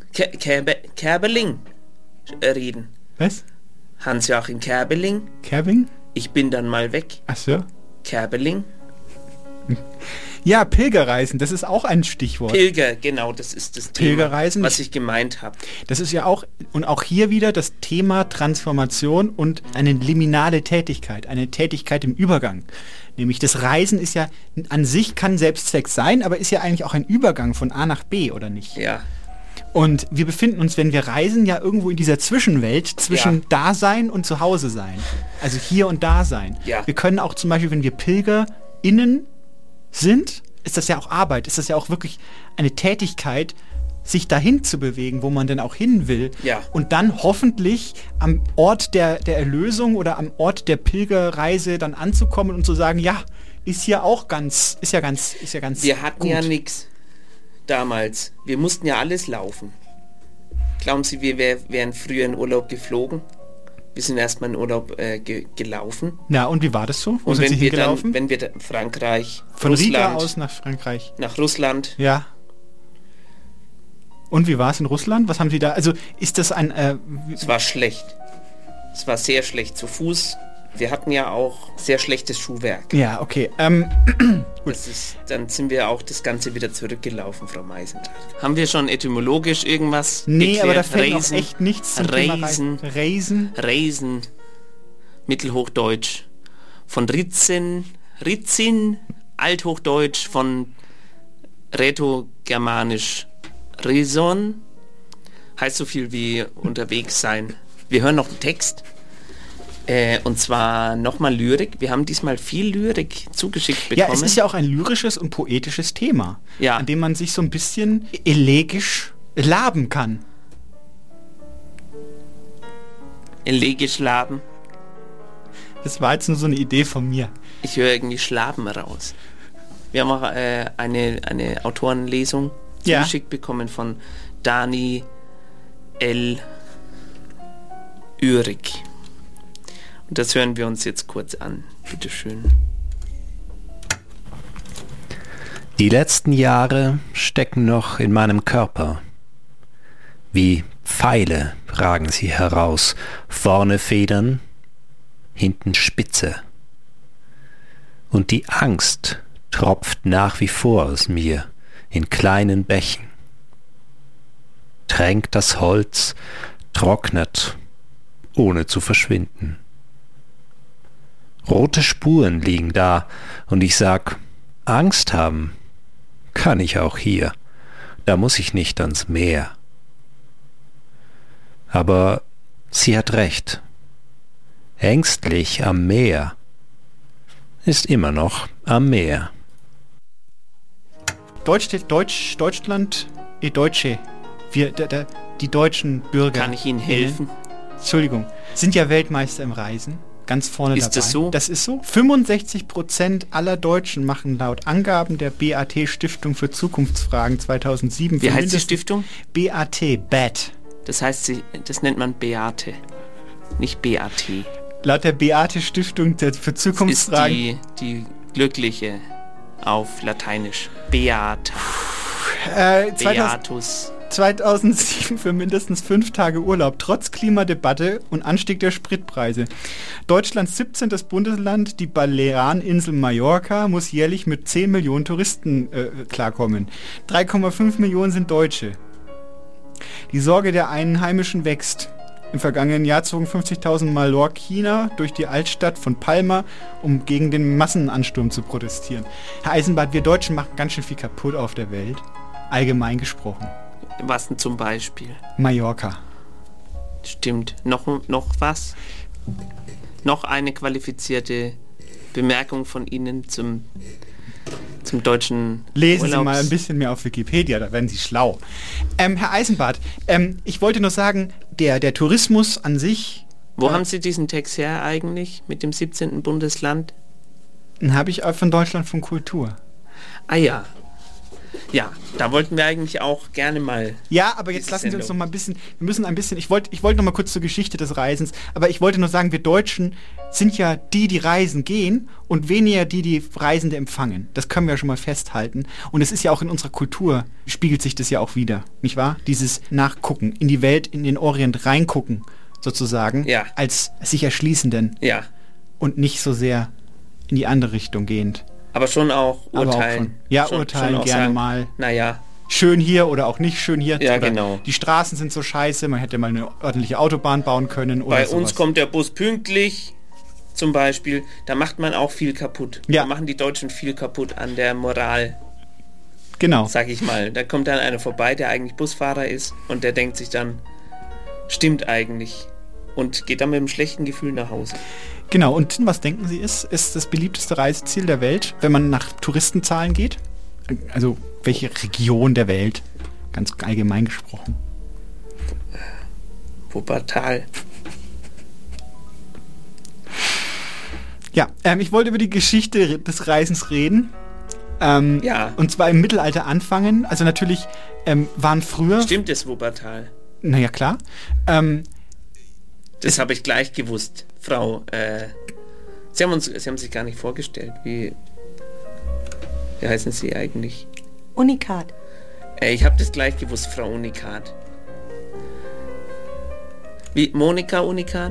reden. Was? Hans-Joachim Kerbeling. Kerbing? Ich bin dann mal weg. Ach so. Kerbeling. Ja, Pilgerreisen, das ist auch ein Stichwort. Pilger, genau, das ist das Thema, Pilgerreisen, was ich gemeint habe. Das ist ja auch, und auch hier wieder das Thema Transformation und eine liminale Tätigkeit, eine Tätigkeit im Übergang. Nämlich das Reisen ist ja, an sich kann Selbstzweck sein, aber ist ja eigentlich auch ein Übergang von A nach B, oder nicht? Ja. Und wir befinden uns, wenn wir reisen, ja irgendwo in dieser Zwischenwelt zwischen Dasein und Zuhause sein. Also hier und da sein. Ja. Wir können auch zum Beispiel, wenn wir PilgerInnen sind, ist das ja auch Arbeit, ist das ja auch wirklich eine Tätigkeit, sich dahin zu bewegen, wo man denn auch hin will. Ja. Und dann hoffentlich am Ort der Erlösung oder am Ort der Pilgerreise dann anzukommen und zu sagen, ja, ist ja ganz Wir hatten gut. ja nichts damals. Wir mussten ja alles laufen. Glauben Sie, wir wären früher in Urlaub geflogen? Wir sind erstmal in Urlaub gelaufen. Na, und wie war das so? Wo Und sind Sie wenn wir hingelaufen? Frankreich, Von Russland, Riga aus nach Frankreich. nach Russland. Ja. Und wie war es in Russland? Was haben Sie da? Also ist das ein... Es war schlecht. Es war sehr schlecht. Zu Fuß. Wir hatten ja auch sehr schlechtes Schuhwerk. Ja, okay. Dann sind wir auch das Ganze wieder zurückgelaufen, Frau Meisendrath. Haben wir schon etymologisch irgendwas Nee, geklärt? aber da fällt noch echt nichts zum Thema Reisen. Reisen. Mittelhochdeutsch. Von Ritzin, Althochdeutsch, von Rätogermanisch Reson. Heißt so viel wie unterwegs sein. Wir hören noch einen Text. Und zwar nochmal Lyrik. Wir haben diesmal viel Lyrik zugeschickt bekommen. Ja, es ist ja auch ein lyrisches und poetisches Thema, an dem man sich so ein bisschen elegisch laben kann. Elegisch laben? Das war jetzt nur so eine Idee von mir. Ich höre irgendwie Schlaben raus. Wir haben auch eine Autorenlesung zugeschickt bekommen von Dani L. Ürig. Und das hören wir uns jetzt kurz an. Bitteschön. Die letzten Jahre stecken noch in meinem Körper. Wie Pfeile ragen sie heraus, vorne Federn, hinten Spitze. Und die Angst tropft nach wie vor aus mir in kleinen Bächen. Tränkt das Holz, trocknet, ohne zu verschwinden. Rote Spuren liegen da und ich sag, Angst haben kann ich auch hier. Da muss ich nicht ans Meer. Aber sie hat recht. Ängstlich am Meer ist immer noch am Meer. Deutschland, Deutsche, die deutschen Bürger. Kann ich Ihnen helfen? Entschuldigung, sind ja Weltmeister im Reisen. Ganz vorne dabei. Ist das so? Das ist so. 65% aller Deutschen machen laut Angaben der BAT Stiftung für Zukunftsfragen 2007... Wie heißt die Stiftung? BAT, BAT. Das heißt, das nennt man Beate, nicht BAT. Laut der BAT Stiftung für Zukunftsfragen... Ist die Glückliche auf Lateinisch. Beata. Beatus. 2007 für mindestens 5 Tage Urlaub, trotz Klimadebatte und Anstieg der Spritpreise. Deutschlands 17. Bundesland, die Baleareninsel Mallorca, muss jährlich mit 10 Millionen Touristen klarkommen. 3,5 Millionen sind Deutsche. Die Sorge der Einheimischen wächst. Im vergangenen Jahr zogen 50.000 Mallorquiner durch die Altstadt von Palma, um gegen den Massenansturm zu protestieren. Herr Eisenbart, wir Deutschen machen ganz schön viel kaputt auf der Welt. Allgemein gesprochen. Was denn zum Beispiel? Mallorca. Stimmt. Noch was? Noch eine qualifizierte Bemerkung von Ihnen zum deutschen Lesen Sie mal ein bisschen mehr auf Wikipedia, da werden Sie schlau. Herr Eisenbart, ich wollte nur sagen, der Tourismus an sich... Wo haben Sie diesen Text her eigentlich mit dem 17. Bundesland? Den habe ich von Deutschland von Kultur. Ah ja. Ja, da wollten wir eigentlich auch gerne mal... Ja, aber jetzt lassen Sie uns noch mal ein bisschen... Wir müssen ein bisschen... Ich wollte noch mal kurz zur Geschichte des Reisens, aber ich wollte nur sagen, wir Deutschen sind ja die reisen gehen und weniger die Reisende empfangen. Das können wir ja schon mal festhalten. Und es ist ja auch in unserer Kultur, spiegelt sich das ja auch wieder, nicht wahr? Dieses Nachgucken, in die Welt, in den Orient reingucken, sozusagen, als sich Erschließenden. Ja. Und nicht so sehr in die andere Richtung gehend. Aber schon auch urteilen. Urteilen auch gerne sagen, mal. Naja. Schön hier oder auch nicht schön hier. Ja, oder genau. Die Straßen sind so scheiße, man hätte mal eine ordentliche Autobahn bauen können. Oder Bei sowas. uns kommt der Bus pünktlich, zum Beispiel. Da macht man auch viel kaputt. Ja. Da machen die Deutschen viel kaputt an der Moral. Genau. Sag ich mal. Da kommt dann einer vorbei, der eigentlich Busfahrer ist und der denkt sich dann, stimmt eigentlich. Und geht dann mit einem schlechten Gefühl nach Hause. Genau, und was denken Sie ist das beliebteste Reiseziel der Welt, wenn man nach Touristenzahlen geht? Also welche Region der Welt? Ganz allgemein gesprochen. Wuppertal. Ja, ich wollte über die Geschichte des Reisens reden. Ja. Und zwar im Mittelalter anfangen. Also natürlich waren früher... Stimmt es, Wuppertal? Naja, klar. Das habe ich gleich gewusst, Frau. Sie haben sich gar nicht vorgestellt. Wie heißen Sie eigentlich? Unikat. Ich habe das gleich gewusst, Frau Unikat. Wie Monika Unikat?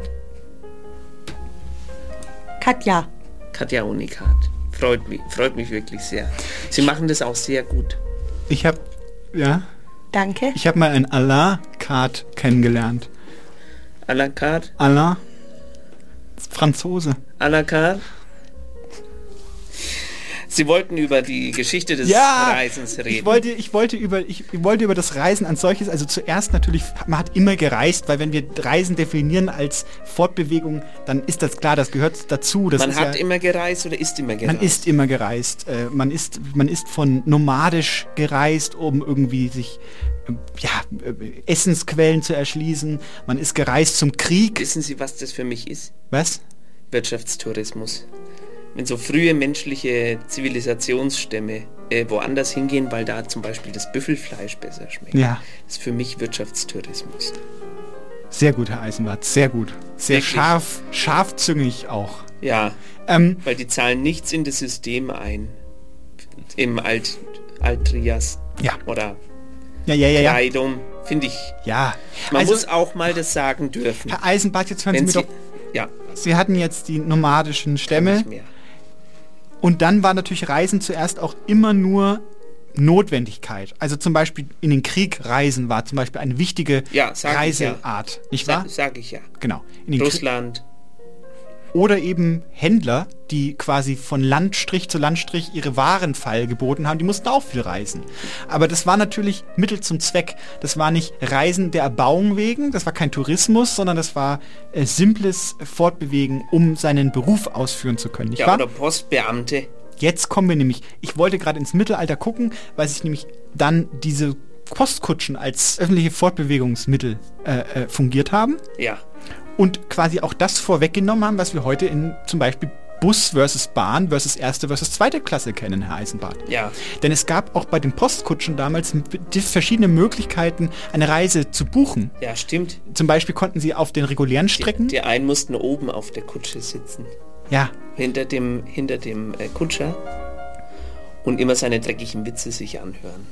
Katja. Katja Unikat. Freut mich wirklich sehr. Sie machen das auch sehr gut. Ich habe Danke. Ich habe mal einen Alain Carte kennengelernt. Alain Carte? Alain. Franzose. Alain Carte? Sie wollten über die Geschichte des Reisens reden. Ich wollte über das Reisen als solches, also zuerst natürlich, man hat immer gereist, weil wenn wir Reisen definieren als Fortbewegung, dann ist das klar, das gehört dazu. Man hat immer gereist oder ist immer gereist? Man ist immer gereist. Man ist von nomadisch gereist, um irgendwie sich Essensquellen zu erschließen. Man ist gereist zum Krieg. Wissen Sie, was das für mich ist? Was? Wirtschaftstourismus. Wenn so frühe menschliche Zivilisationsstämme woanders hingehen, weil da zum Beispiel das Büffelfleisch besser schmeckt. Ja. Das ist für mich Wirtschaftstourismus. Sehr gut, Herr Eisenbart, sehr gut. Sehr wirklich? Scharfzüngig auch. Ja, weil die zahlen nichts in das System ein. Im Alt-Trias. Ja. Oder Kleidung, finde ich. Ja. Man muss auch mal das sagen dürfen. Herr Eisenbart, jetzt hören Sie mir doch... Ja. Sie hatten jetzt die nomadischen Stämme. Und dann war natürlich Reisen zuerst auch immer nur Notwendigkeit. Also zum Beispiel in den Krieg reisen war zum Beispiel eine wichtige Reiseart. Nicht wahr? Sag ich ja. Genau. Russland. Oder eben Händler, die quasi von Landstrich zu Landstrich ihre Waren feilgeboten haben, die mussten auch viel reisen. Aber das war natürlich Mittel zum Zweck. Das war nicht Reisen der Erbauung wegen, das war kein Tourismus, sondern das war simples Fortbewegen, um seinen Beruf ausführen zu können. Nicht wahr? Oder Postbeamte. Jetzt kommen wir nämlich, ich wollte gerade ins Mittelalter gucken, weil sich nämlich dann diese Postkutschen als öffentliche Fortbewegungsmittel fungiert haben. Ja. Und quasi auch das vorweggenommen haben, was wir heute in zum Beispiel Bus versus Bahn versus erste versus zweite Klasse kennen, Herr Eisenbart. Ja. Denn es gab auch bei den Postkutschen damals verschiedene Möglichkeiten, eine Reise zu buchen. Ja, stimmt. Zum Beispiel konnten sie auf den regulären Strecken... Die einen mussten oben auf der Kutsche sitzen. Ja. Hinter dem Kutscher und immer seine dreckigen Witze sich anhören.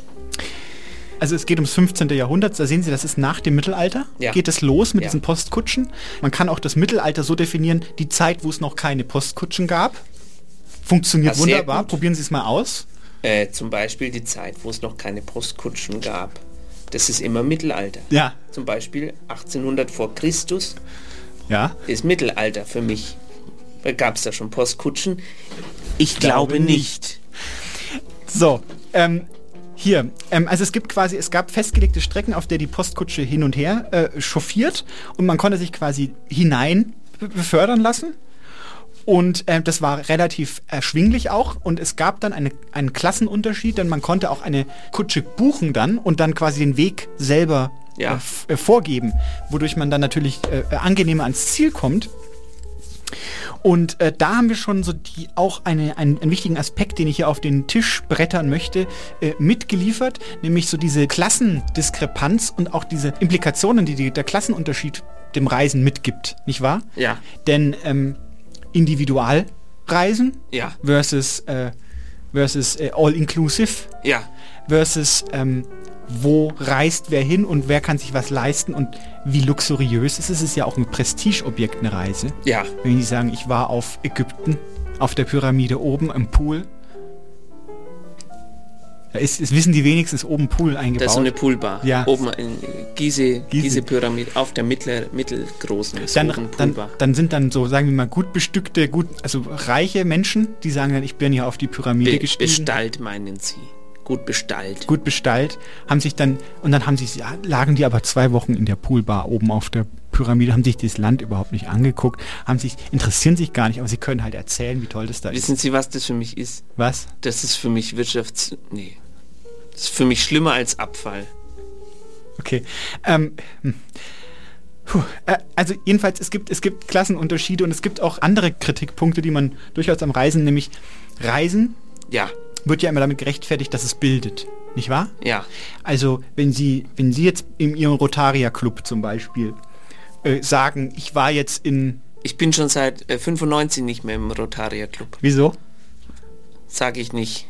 Also es geht ums 15. Jahrhundert, da sehen Sie, das ist nach dem Mittelalter, geht es los mit diesen Postkutschen. Man kann auch das Mittelalter so definieren, die Zeit, wo es noch keine Postkutschen gab. Funktioniert wunderbar, probieren Sie es mal aus. Zum Beispiel die Zeit, wo es noch keine Postkutschen gab. Das ist immer Mittelalter. Ja. Zum Beispiel 1800 vor Christus ist Mittelalter für mich. Gab es da schon Postkutschen? Ich glaube nicht. So, hier, also es gab festgelegte Strecken, auf der die Postkutsche hin und her chauffiert und man konnte sich quasi hinein befördern lassen und das war relativ erschwinglich auch und es gab dann einen Klassenunterschied, denn man konnte auch eine Kutsche buchen dann und dann quasi den Weg selber vorgeben, wodurch man dann natürlich angenehmer ans Ziel kommt. Und da haben wir schon so einen wichtigen Aspekt, den ich hier auf den Tisch brettern möchte, mitgeliefert, nämlich so diese Klassendiskrepanz und auch diese Implikationen, die der Klassenunterschied dem Reisen mitgibt, nicht wahr? Ja. Denn Individualreisen versus All-Inclusive versus wo reist wer hin und wer kann sich was leisten und wie luxuriös ist es. Es ist ja auch ein Prestigeobjekt, eine Reise. Ja. Wenn die sagen, ich war auf Ägypten, auf der Pyramide oben im Pool Da ist, wissen die wenigstens, oben Pool eingebaut. Da ist so eine Poolbar. Ja. Oben in Gizeh-Pyramide, auf der mittelgroßen ist oben eine Poolbar. Dann sind dann so, sagen wir mal, gut bestückte, also reiche Menschen, die sagen dann, ich bin hier auf die Pyramide gestiegen. Bestallt meinen sie. Gut bestallt, haben sich dann, und dann lagen die aber 2 Wochen in der Poolbar oben auf der Pyramide, haben sich das Land überhaupt nicht angeguckt, interessieren sich gar nicht, aber sie können halt erzählen, wie toll das da ist. Wissen Sie, was das für mich ist? Was? Das ist für mich das ist für mich schlimmer als Abfall. Okay. Also jedenfalls, es gibt Klassenunterschiede und es gibt auch andere Kritikpunkte, die man durchaus am Reisen, nämlich Reisen. Ja. Wird ja immer damit gerechtfertigt, dass es bildet, nicht wahr? Ja. Also wenn Sie jetzt in Ihrem Rotaria-Club zum Beispiel sagen, ich bin schon seit 95 nicht mehr im Rotaria-Club. Wieso? Sag ich nicht.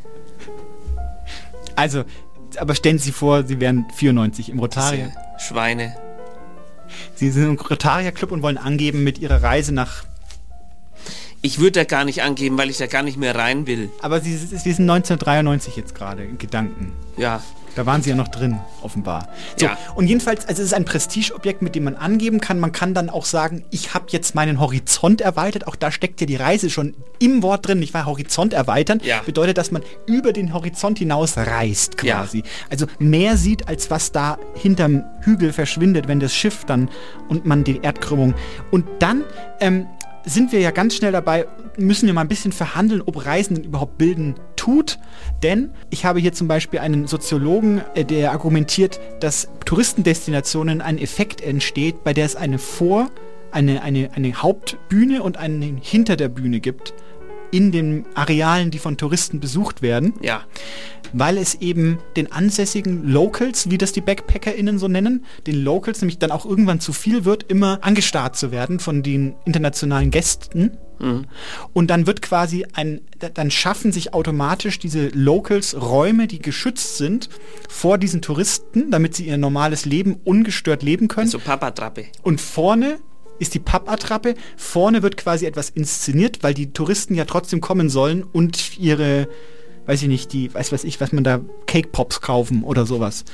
Also, aber stellen Sie vor, Sie wären 94 im Rotaria. Diese Schweine. Sie sind im Rotaria-Club und wollen angeben mit Ihrer Reise nach... Ich würde da gar nicht angeben, weil ich da gar nicht mehr rein will. Aber Sie sind 1993 jetzt gerade in Gedanken. Ja. Da waren Sie ja noch drin, offenbar. So, ja. Und jedenfalls, also es ist ein Prestigeobjekt, mit dem man angeben kann. Man kann dann auch sagen, ich habe jetzt meinen Horizont erweitert. Auch da steckt ja die Reise schon im Wort drin. Ich war Horizont erweitern. Ja. Bedeutet, dass man über den Horizont hinaus reist quasi. Ja. Also mehr sieht, als was da hinterm Hügel verschwindet, wenn das Schiff dann und man die Erdkrümmung. Und dann sind wir ja ganz schnell dabei, müssen wir mal ein bisschen verhandeln, ob Reisen überhaupt bilden tut. Denn ich habe hier zum Beispiel einen Soziologen, der argumentiert, dass Touristendestinationen ein Effekt entsteht, bei der es eine Hauptbühne und eine hinter der Bühne gibt, in den Arealen, die von Touristen besucht werden. Ja. Weil es eben den ansässigen Locals, wie das die BackpackerInnen so nennen, den Locals nämlich dann auch irgendwann zu viel wird, immer angestarrt zu werden von den internationalen Gästen. Mhm. Und dann wird quasi dann schaffen sich automatisch diese Locals Räume, die geschützt sind vor diesen Touristen, damit sie ihr normales Leben ungestört leben können. So Pappattrappe. Und vorne ist die Pappattrappe. Vorne wird quasi etwas inszeniert, weil die Touristen ja trotzdem kommen sollen und ihre, weiß ich nicht, was man da, Cake Pops kaufen oder sowas.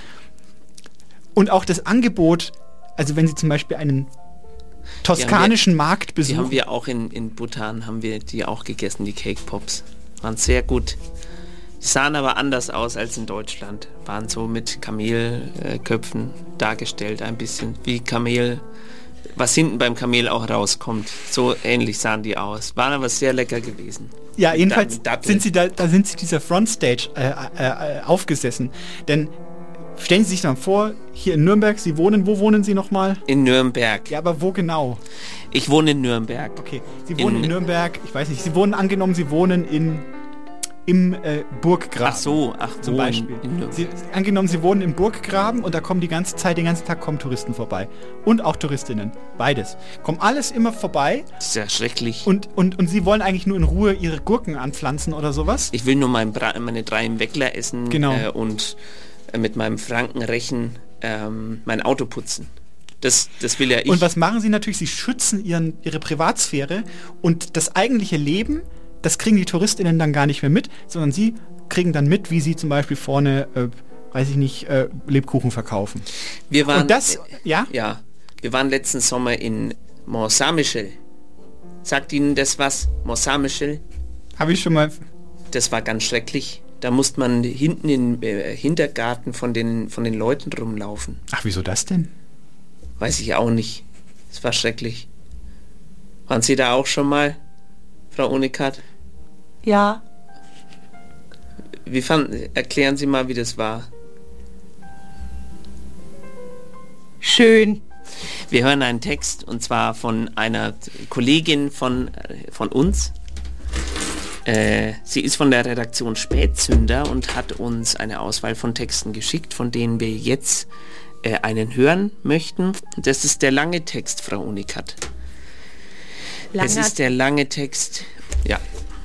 Und auch das Angebot, also wenn Sie zum Beispiel einen toskanischen Markt besuchen. Die haben wir auch in Bhutan, haben wir die auch gegessen, die Cake Pops. Waren sehr gut. Die sahen aber anders aus als in Deutschland. Waren so mit Kamelköpfen dargestellt, ein bisschen wie Kamel, was hinten beim Kamel auch rauskommt. So ähnlich sahen die aus. Waren aber sehr lecker gewesen. Ja, jedenfalls sind sie da sind sie dieser Frontstage aufgesessen. Denn stellen Sie sich mal vor, hier in Nürnberg, wo wohnen Sie nochmal? In Nürnberg. Ja, aber wo genau? Ich wohne in Nürnberg. Okay, Sie wohnen in Nürnberg, ich weiß nicht, Sie wohnen im Burggraben. Ach so, zum Beispiel. Sie wohnen im Burggraben und da kommen den ganzen Tag kommen Touristen vorbei. Und auch Touristinnen. Beides. Kommen alles immer vorbei. Das ist ja schrecklich. Und Sie wollen eigentlich nur in Ruhe Ihre Gurken anpflanzen oder sowas? Ich will nur meine 3 im Weckler essen. Genau. Und mit meinem Frankenrechen mein Auto putzen. Das will ja ich. Und was machen Sie natürlich? Sie schützen ihre Privatsphäre und das eigentliche Leben, das kriegen die TouristInnen dann gar nicht mehr mit, sondern sie kriegen dann mit, wie sie zum Beispiel vorne, Lebkuchen verkaufen. Wir waren, und das, ja? Ja, wir waren letzten Sommer in Mont Saint-Michel. Sagt Ihnen das was? Mont Saint-Michel? Habe ich schon mal. Das war ganz schrecklich. Da musste man hinten im Hintergarten von den Leuten rumlaufen. Ach, wieso das denn? Weiß ich auch nicht. Es war schrecklich. Waren Sie da auch schon mal, Frau Unikat? Ja. Erklären Sie mal, wie das war. Schön. Wir hören einen Text, und zwar von einer Kollegin von uns. Sie ist von der Redaktion Spätzünder und hat uns eine Auswahl von Texten geschickt, von denen wir jetzt einen hören möchten. Das ist der lange Text, Frau Unikat. Es ist der lange Text. Ja.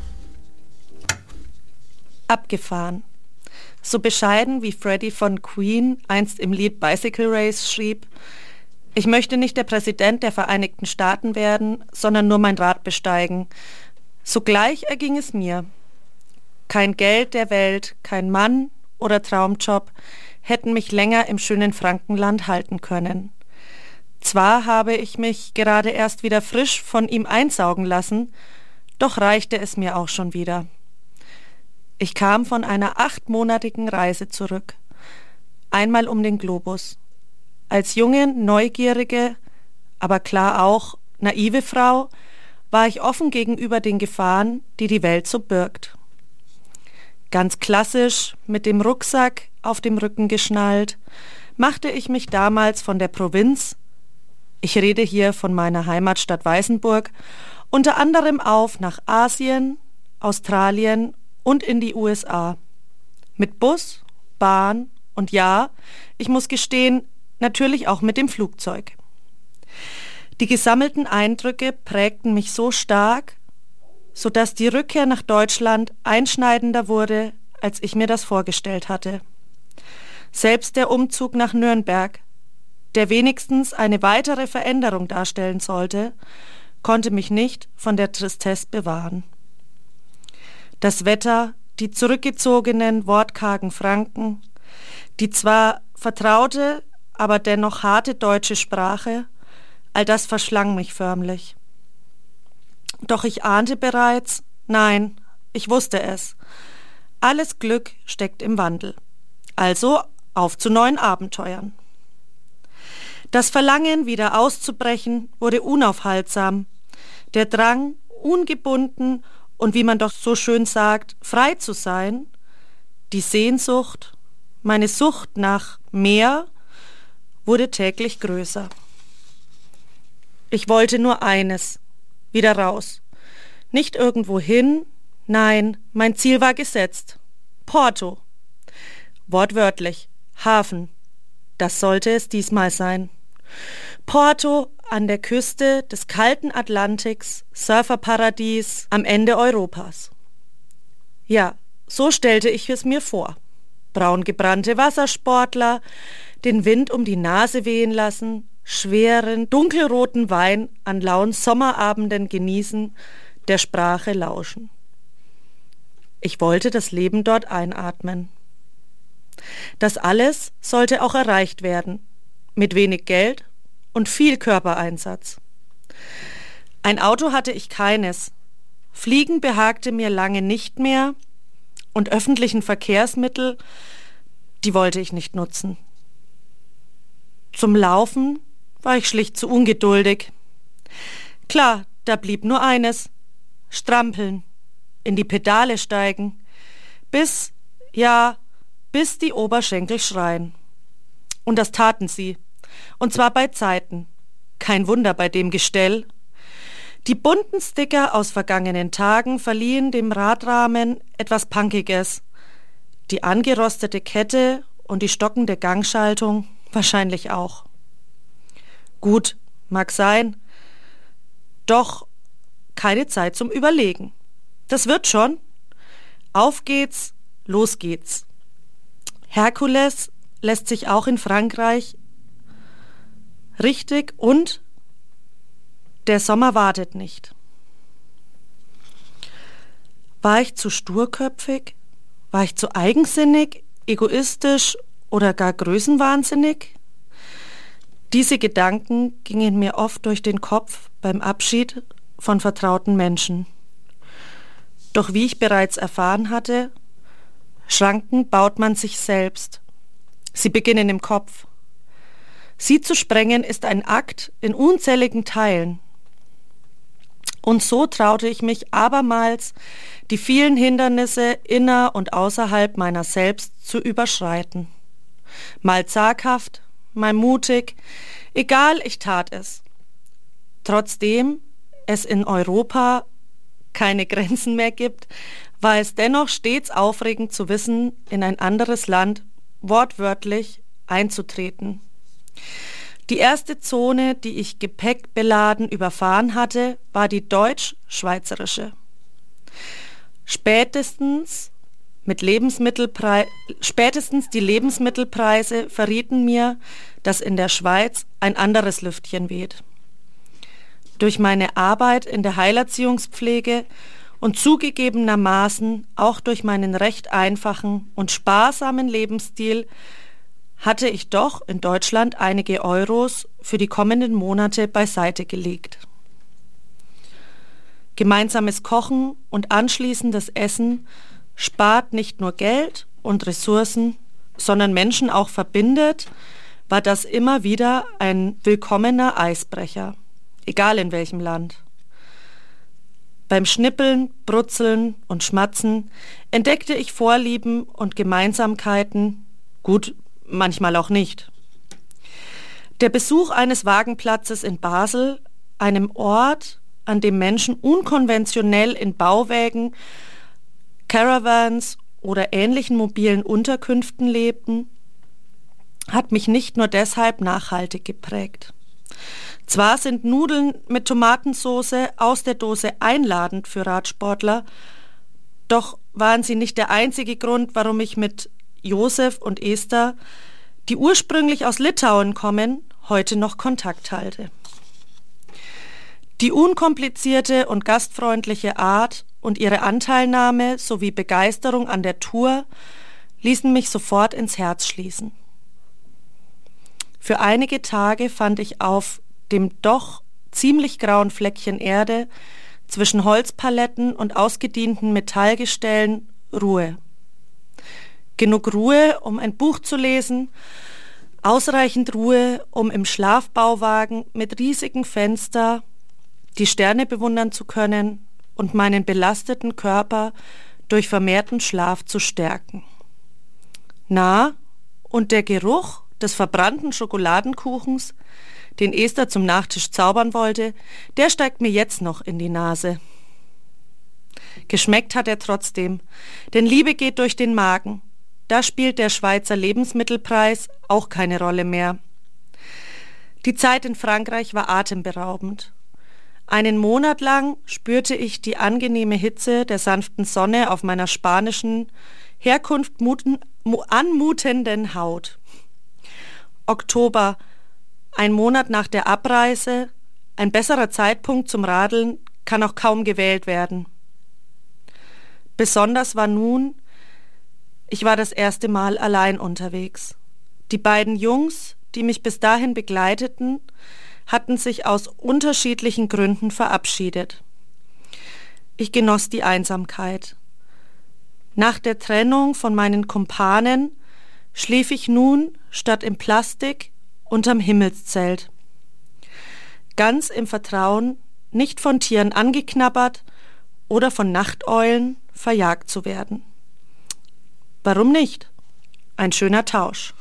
Abgefahren. So bescheiden wie Freddie von Queen einst im Lied Bicycle Race schrieb: Ich möchte nicht der Präsident der Vereinigten Staaten werden, sondern nur mein Rad besteigen. Sogleich erging es mir. Kein Geld der Welt, kein Mann oder Traumjob hätten mich länger im schönen Frankenland halten können. Zwar habe ich mich gerade erst wieder frisch von ihm einsaugen lassen, doch reichte es mir auch schon wieder. Ich kam von einer 8-monatigen Reise zurück, einmal um den Globus. Als junge, neugierige, aber klar auch naive Frau war ich offen gegenüber den Gefahren, die die Welt so birgt. Ganz klassisch, mit dem Rucksack auf dem Rücken geschnallt, machte ich mich damals von der Provinz, ich rede hier von meiner Heimatstadt Weißenburg, unter anderem auf nach Asien, Australien und in die USA. Mit Bus, Bahn und ja, ich muss gestehen, natürlich auch mit dem Flugzeug. Die gesammelten Eindrücke prägten mich so stark, sodass die Rückkehr nach Deutschland einschneidender wurde, als ich mir das vorgestellt hatte. Selbst der Umzug nach Nürnberg, der wenigstens eine weitere Veränderung darstellen sollte, konnte mich nicht von der Tristesse bewahren. Das Wetter, die zurückgezogenen, wortkargen Franken, die zwar vertraute, aber dennoch harte deutsche Sprache, all das verschlang mich förmlich. Doch ich ahnte bereits, nein, ich wusste es, alles Glück steckt im Wandel. Also auf zu neuen Abenteuern. Das Verlangen, wieder auszubrechen, wurde unaufhaltsam. Der Drang, ungebunden und wie man doch so schön sagt, frei zu sein, die Sehnsucht, meine Sucht nach mehr, wurde täglich größer. Ich wollte nur eines, wieder raus. Nicht irgendwo hin, nein, mein Ziel war gesetzt. Porto. Wortwörtlich, Hafen. Das sollte es diesmal sein. Porto an der Küste des kalten Atlantiks, Surferparadies am Ende Europas. Ja, so stellte ich es mir vor. Braungebrannte Wassersportler, den Wind um die Nase wehen lassen, schweren, dunkelroten Wein an lauen Sommerabenden genießen, der Sprache lauschen. Ich wollte das Leben dort einatmen. Das alles sollte auch erreicht werden, mit wenig Geld und viel Körpereinsatz. Ein Auto hatte ich keines, Fliegen behagte mir lange nicht mehr und öffentlichen Verkehrsmittel, die wollte ich nicht nutzen. Zum Laufen war ich schlicht zu ungeduldig. Klar, da blieb nur eines: strampeln, in die Pedale steigen, bis die Oberschenkel schreien. Und das taten sie, und zwar bei Zeiten. Kein Wunder bei dem Gestell. Die bunten Sticker aus vergangenen Tagen verliehen dem Radrahmen etwas Punkiges. Die angerostete Kette und die stockende Gangschaltung wahrscheinlich auch. Gut, mag sein. Doch keine Zeit zum Überlegen. Das wird schon. Auf geht's, los geht's. Herkules lässt sich auch in Frankreich richtig und der Sommer wartet nicht. War ich zu sturköpfig? War ich zu eigensinnig, egoistisch oder gar größenwahnsinnig? Diese Gedanken gingen mir oft durch den Kopf beim Abschied von vertrauten Menschen. Doch wie ich bereits erfahren hatte, Schranken baut man sich selbst. Sie beginnen im Kopf. Sie zu sprengen ist ein Akt in unzähligen Teilen. Und so traute ich mich abermals, die vielen Hindernisse inner und außerhalb meiner selbst zu überschreiten. Mal zaghaft, mal mutig, egal, ich tat es. Trotzdem es in Europa keine Grenzen mehr gibt, war es dennoch stets aufregend zu wissen, in ein anderes Land wortwörtlich einzutreten. Die erste Zone, die ich gepäckbeladen überfahren hatte, war die deutsch-schweizerische. Spätestens die Lebensmittelpreise verrieten mir, dass in der Schweiz ein anderes Lüftchen weht. Durch meine Arbeit in der Heilerziehungspflege Und zugegebenermaßen auch durch meinen recht einfachen und sparsamen Lebensstil hatte ich doch in Deutschland einige Euros für die kommenden Monate beiseite gelegt. Gemeinsames Kochen und anschließendes Essen spart nicht nur Geld und Ressourcen, sondern Menschen auch verbindet, war das immer wieder ein willkommener Eisbrecher, egal in welchem Land. Beim Schnippeln, Brutzeln und Schmatzen entdeckte ich Vorlieben und Gemeinsamkeiten, gut, manchmal auch nicht. Der Besuch eines Wagenplatzes in Basel, einem Ort, an dem Menschen unkonventionell in Bauwägen, Caravans oder ähnlichen mobilen Unterkünften lebten, hat mich nicht nur deshalb nachhaltig geprägt. Zwar sind Nudeln mit Tomatensauce aus der Dose einladend für Radsportler, doch waren sie nicht der einzige Grund, warum ich mit Josef und Esther, die ursprünglich aus Litauen kommen, heute noch Kontakt halte. Die unkomplizierte und gastfreundliche Art und ihre Anteilnahme sowie Begeisterung an der Tour ließen mich sofort ins Herz schließen. Für einige Tage fand ich auf dem doch ziemlich grauen Fleckchen Erde zwischen Holzpaletten und ausgedienten Metallgestellen Ruhe. Genug Ruhe, um ein Buch zu lesen, ausreichend Ruhe, um im Schlafbauwagen mit riesigen Fenster die Sterne bewundern zu können und meinen belasteten Körper durch vermehrten Schlaf zu stärken. Na, und der Geruch des verbrannten Schokoladenkuchens, den Esther zum Nachtisch zaubern wollte, der steigt mir jetzt noch in die Nase. Geschmeckt hat er trotzdem, denn Liebe geht durch den Magen. Da spielt der Schweizer Lebensmittelpreis auch keine Rolle mehr. Die Zeit in Frankreich war atemberaubend. Einen Monat lang spürte ich die angenehme Hitze der sanften Sonne auf meiner spanischen, Herkunft anmutenden Haut. Oktober, ein Monat nach der Abreise, ein besserer Zeitpunkt zum Radeln kann auch kaum gewählt werden. Besonders war nun, ich war das erste Mal allein unterwegs. Die beiden Jungs, die mich bis dahin begleiteten, hatten sich aus unterschiedlichen Gründen verabschiedet. Ich genoss die Einsamkeit. Nach der Trennung von meinen Kumpanen schlief ich nun statt im Plastik unterm Himmelszelt. Ganz im Vertrauen, nicht von Tieren angeknabbert oder von Nachteulen verjagt zu werden. Warum nicht? Ein schöner Tausch.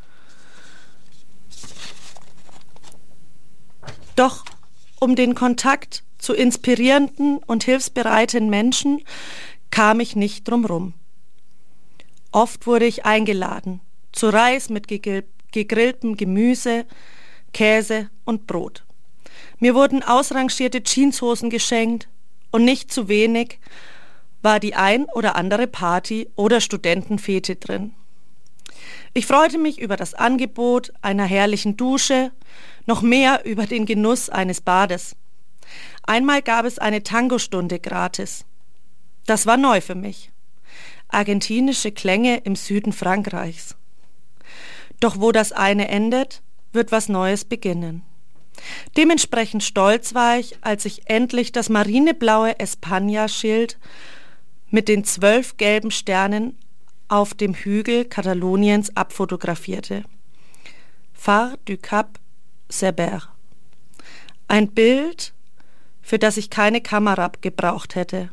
Doch um den Kontakt zu inspirierenden und hilfsbereiten Menschen kam ich nicht drumrum. Oft wurde ich eingeladen, zu Reis mit gegrilltem Gemüse, Käse und Brot. Mir wurden ausrangierte Jeanshosen geschenkt und nicht zu wenig war die ein oder andere Party oder Studentenfete drin. Ich freute mich über das Angebot einer herrlichen Dusche, noch mehr über den Genuss eines Bades. Einmal gab es eine Tangostunde gratis. Das war neu für mich. Argentinische Klänge im Süden Frankreichs. Doch wo das eine endet, wird was Neues beginnen. Dementsprechend stolz war ich, als ich endlich das marineblaue España-Schild mit den 12 gelben Sternen auf dem Hügel Kataloniens abfotografierte. Phare du Cap Cerbère. Ein Bild, für das ich keine Kamera gebraucht hätte.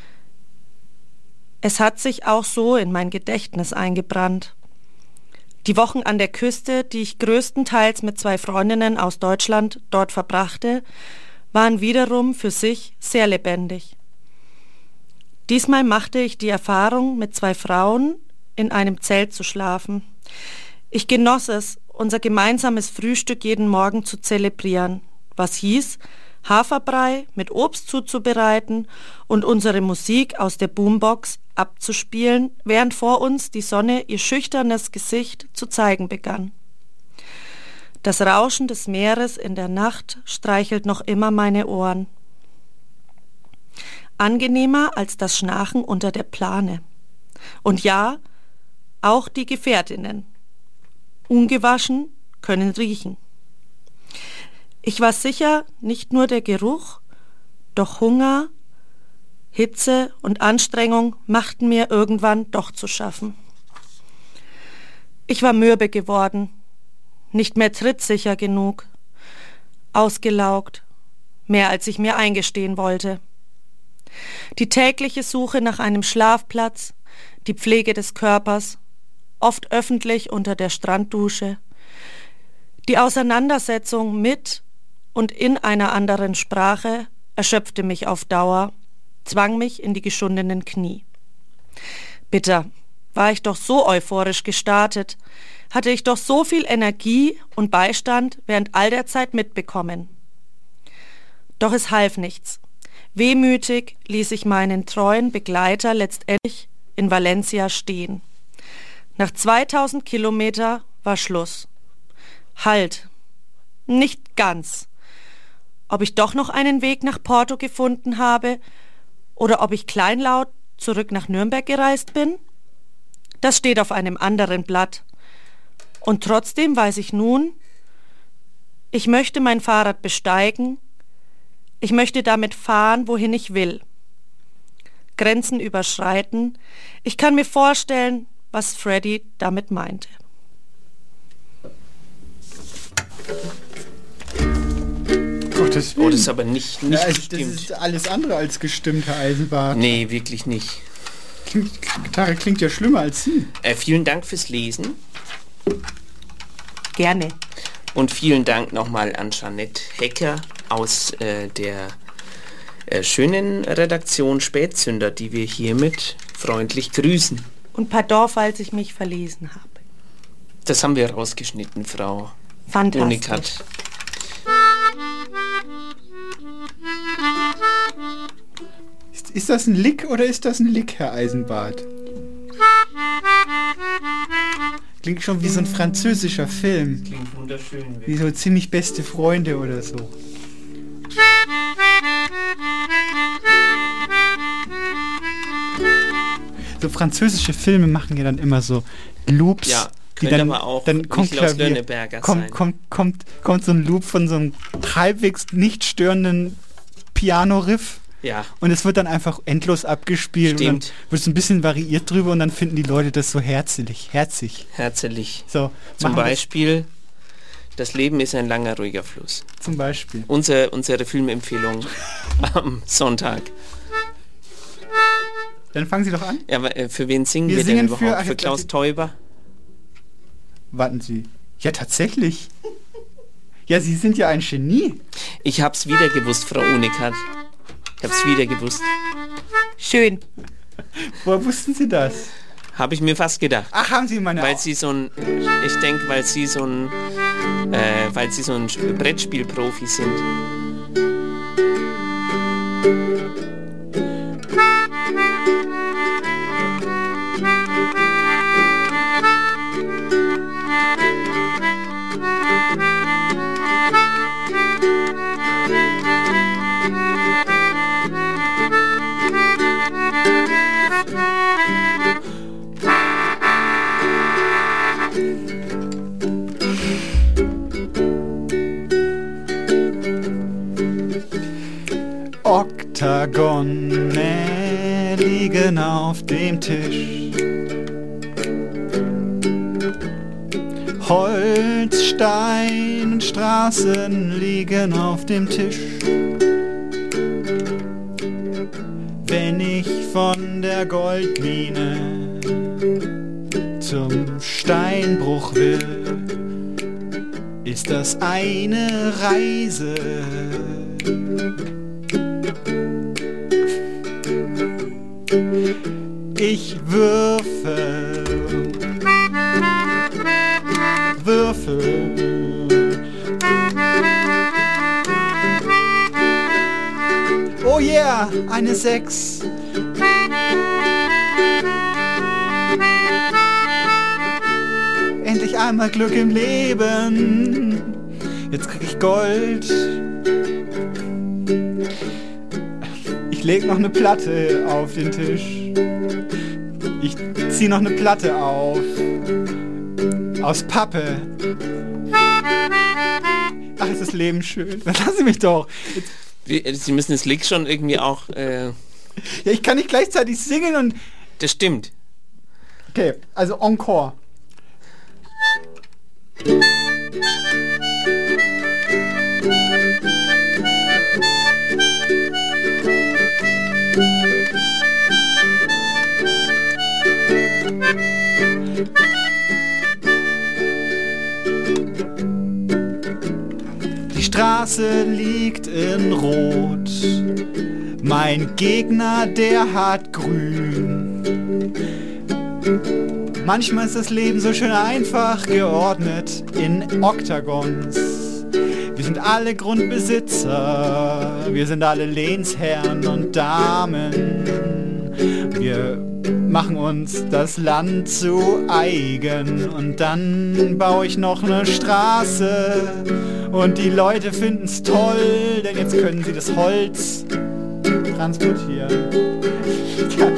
Es hat sich auch so in mein Gedächtnis eingebrannt. Die Wochen an der Küste, die ich größtenteils mit 2 Freundinnen aus Deutschland dort verbrachte, waren wiederum für sich sehr lebendig. Diesmal machte ich die Erfahrung, mit 2 Frauen in einem Zelt zu schlafen. Ich genoss es, unser gemeinsames Frühstück jeden Morgen zu zelebrieren, was hieß, Haferbrei mit Obst zuzubereiten und unsere Musik aus der Boombox abzuspielen, während vor uns die Sonne ihr schüchternes Gesicht zu zeigen begann. Das Rauschen des Meeres in der Nacht streichelt noch immer meine Ohren. Angenehmer als das Schnarchen unter der Plane. Und ja, auch die Gefährtinnen. Ungewaschen können riechen. Ich war sicher, nicht nur der Geruch, doch Hunger, Hitze und Anstrengung machten mir irgendwann doch zu schaffen. Ich war mürbe geworden, nicht mehr trittsicher genug, ausgelaugt, mehr als ich mir eingestehen wollte. Die tägliche Suche nach einem Schlafplatz, die Pflege des Körpers, oft öffentlich unter der Stranddusche, die Auseinandersetzung mit und in einer anderen Sprache erschöpfte mich auf Dauer, zwang mich in die geschundenen Knie. Bitter, war ich doch so euphorisch gestartet, hatte ich doch so viel Energie und Beistand während all der Zeit mitbekommen. Doch es half nichts. Wehmütig ließ ich meinen treuen Begleiter letztendlich in Valencia stehen. Nach 2000 Kilometer war Schluss. Halt, nicht ganz. Ob ich doch noch einen Weg nach Porto gefunden habe oder ob ich kleinlaut zurück nach Nürnberg gereist bin? Das steht auf einem anderen Blatt. Und trotzdem weiß ich nun, ich möchte mein Fahrrad besteigen, ich möchte damit fahren, wohin ich will. Grenzen überschreiten, ich kann mir vorstellen, was Freddy damit meinte. Gottes Willen. Das ist aber nicht Ja, gestimmt. das ist alles andere als gestimmt, Herr Eisenbart. Nee, wirklich nicht. Gitarre klingt ja schlimmer als Sie. Vielen Dank fürs Lesen. Gerne. Und vielen Dank nochmal an Jeanette Hecker aus der schönen Redaktion Spätzünder, die wir hiermit freundlich grüßen. Und pardon, falls ich mich verlesen habe. Das haben wir rausgeschnitten, Frau Fantastisch. Unikat. Ist das ein Lick oder ist das ein Lick, Herr Eisenbart? Klingt schon wie so ein französischer Film. Klingt wunderschön. Wie so ziemlich beste Freunde oder so. So französische Filme machen ja dann immer so Loops. Ja, die dann, aber auch dann kommt Klaus Klavier, Lönneberger sein. kommt so ein Loop von so einem halbwegs nicht störenden Piano-Riff. Ja. Und es wird dann einfach endlos abgespielt. Stimmt. Und dann wird es ein bisschen variiert drüber und dann finden die Leute das so herzig. Herzlich. So, Zum Beispiel, das Leben ist ein langer, ruhiger Fluss. Zum Beispiel. Unsere Filmempfehlung am Sonntag. Dann fangen Sie doch an. Ja, aber für wen singen Wir wir singen denn überhaupt? Für Klaus Teuber? Warten Sie. Ja, tatsächlich. Ja, Sie sind ja ein Genie. Ich hab's wieder gewusst, Frau Unikat. Ich hab's wieder gewusst. Schön. Woher wussten Sie das? Habe ich mir fast gedacht. Ach, haben Sie meine... Weil Sie so ein... Ich denke, weil Sie so ein Brettspielprofi sind. Oktagone liegen auf dem Tisch. Holz, Stein und Straßen liegen auf dem Tisch. Wenn ich von der Goldmine zum Steinbruch will, ist das eine Reise. Ich würfel Oh yeah, eine 6. Endlich einmal Glück im Leben. Jetzt krieg ich Gold. Ich leg noch eine Platte auf den Tisch. Ich zieh noch eine Platte auf. Aus Pappe. Ach, ist das Leben schön. Dann lassen Sie mich doch. Jetzt. Sie müssen das Lied schon irgendwie auch... Ja, ich kann nicht gleichzeitig singen und... Das stimmt. Okay, also Encore. Die Straße liegt in Rot. Mein Gegner, der hat grün. Manchmal ist das Leben so schön einfach geordnet in Oktagons. Wir sind alle Grundbesitzer, wir sind alle Lehnsherren und Damen. Wir machen uns das Land zu eigen und dann baue ich noch eine Straße und die Leute finden's toll, denn jetzt können sie das Holz transportieren. Ja.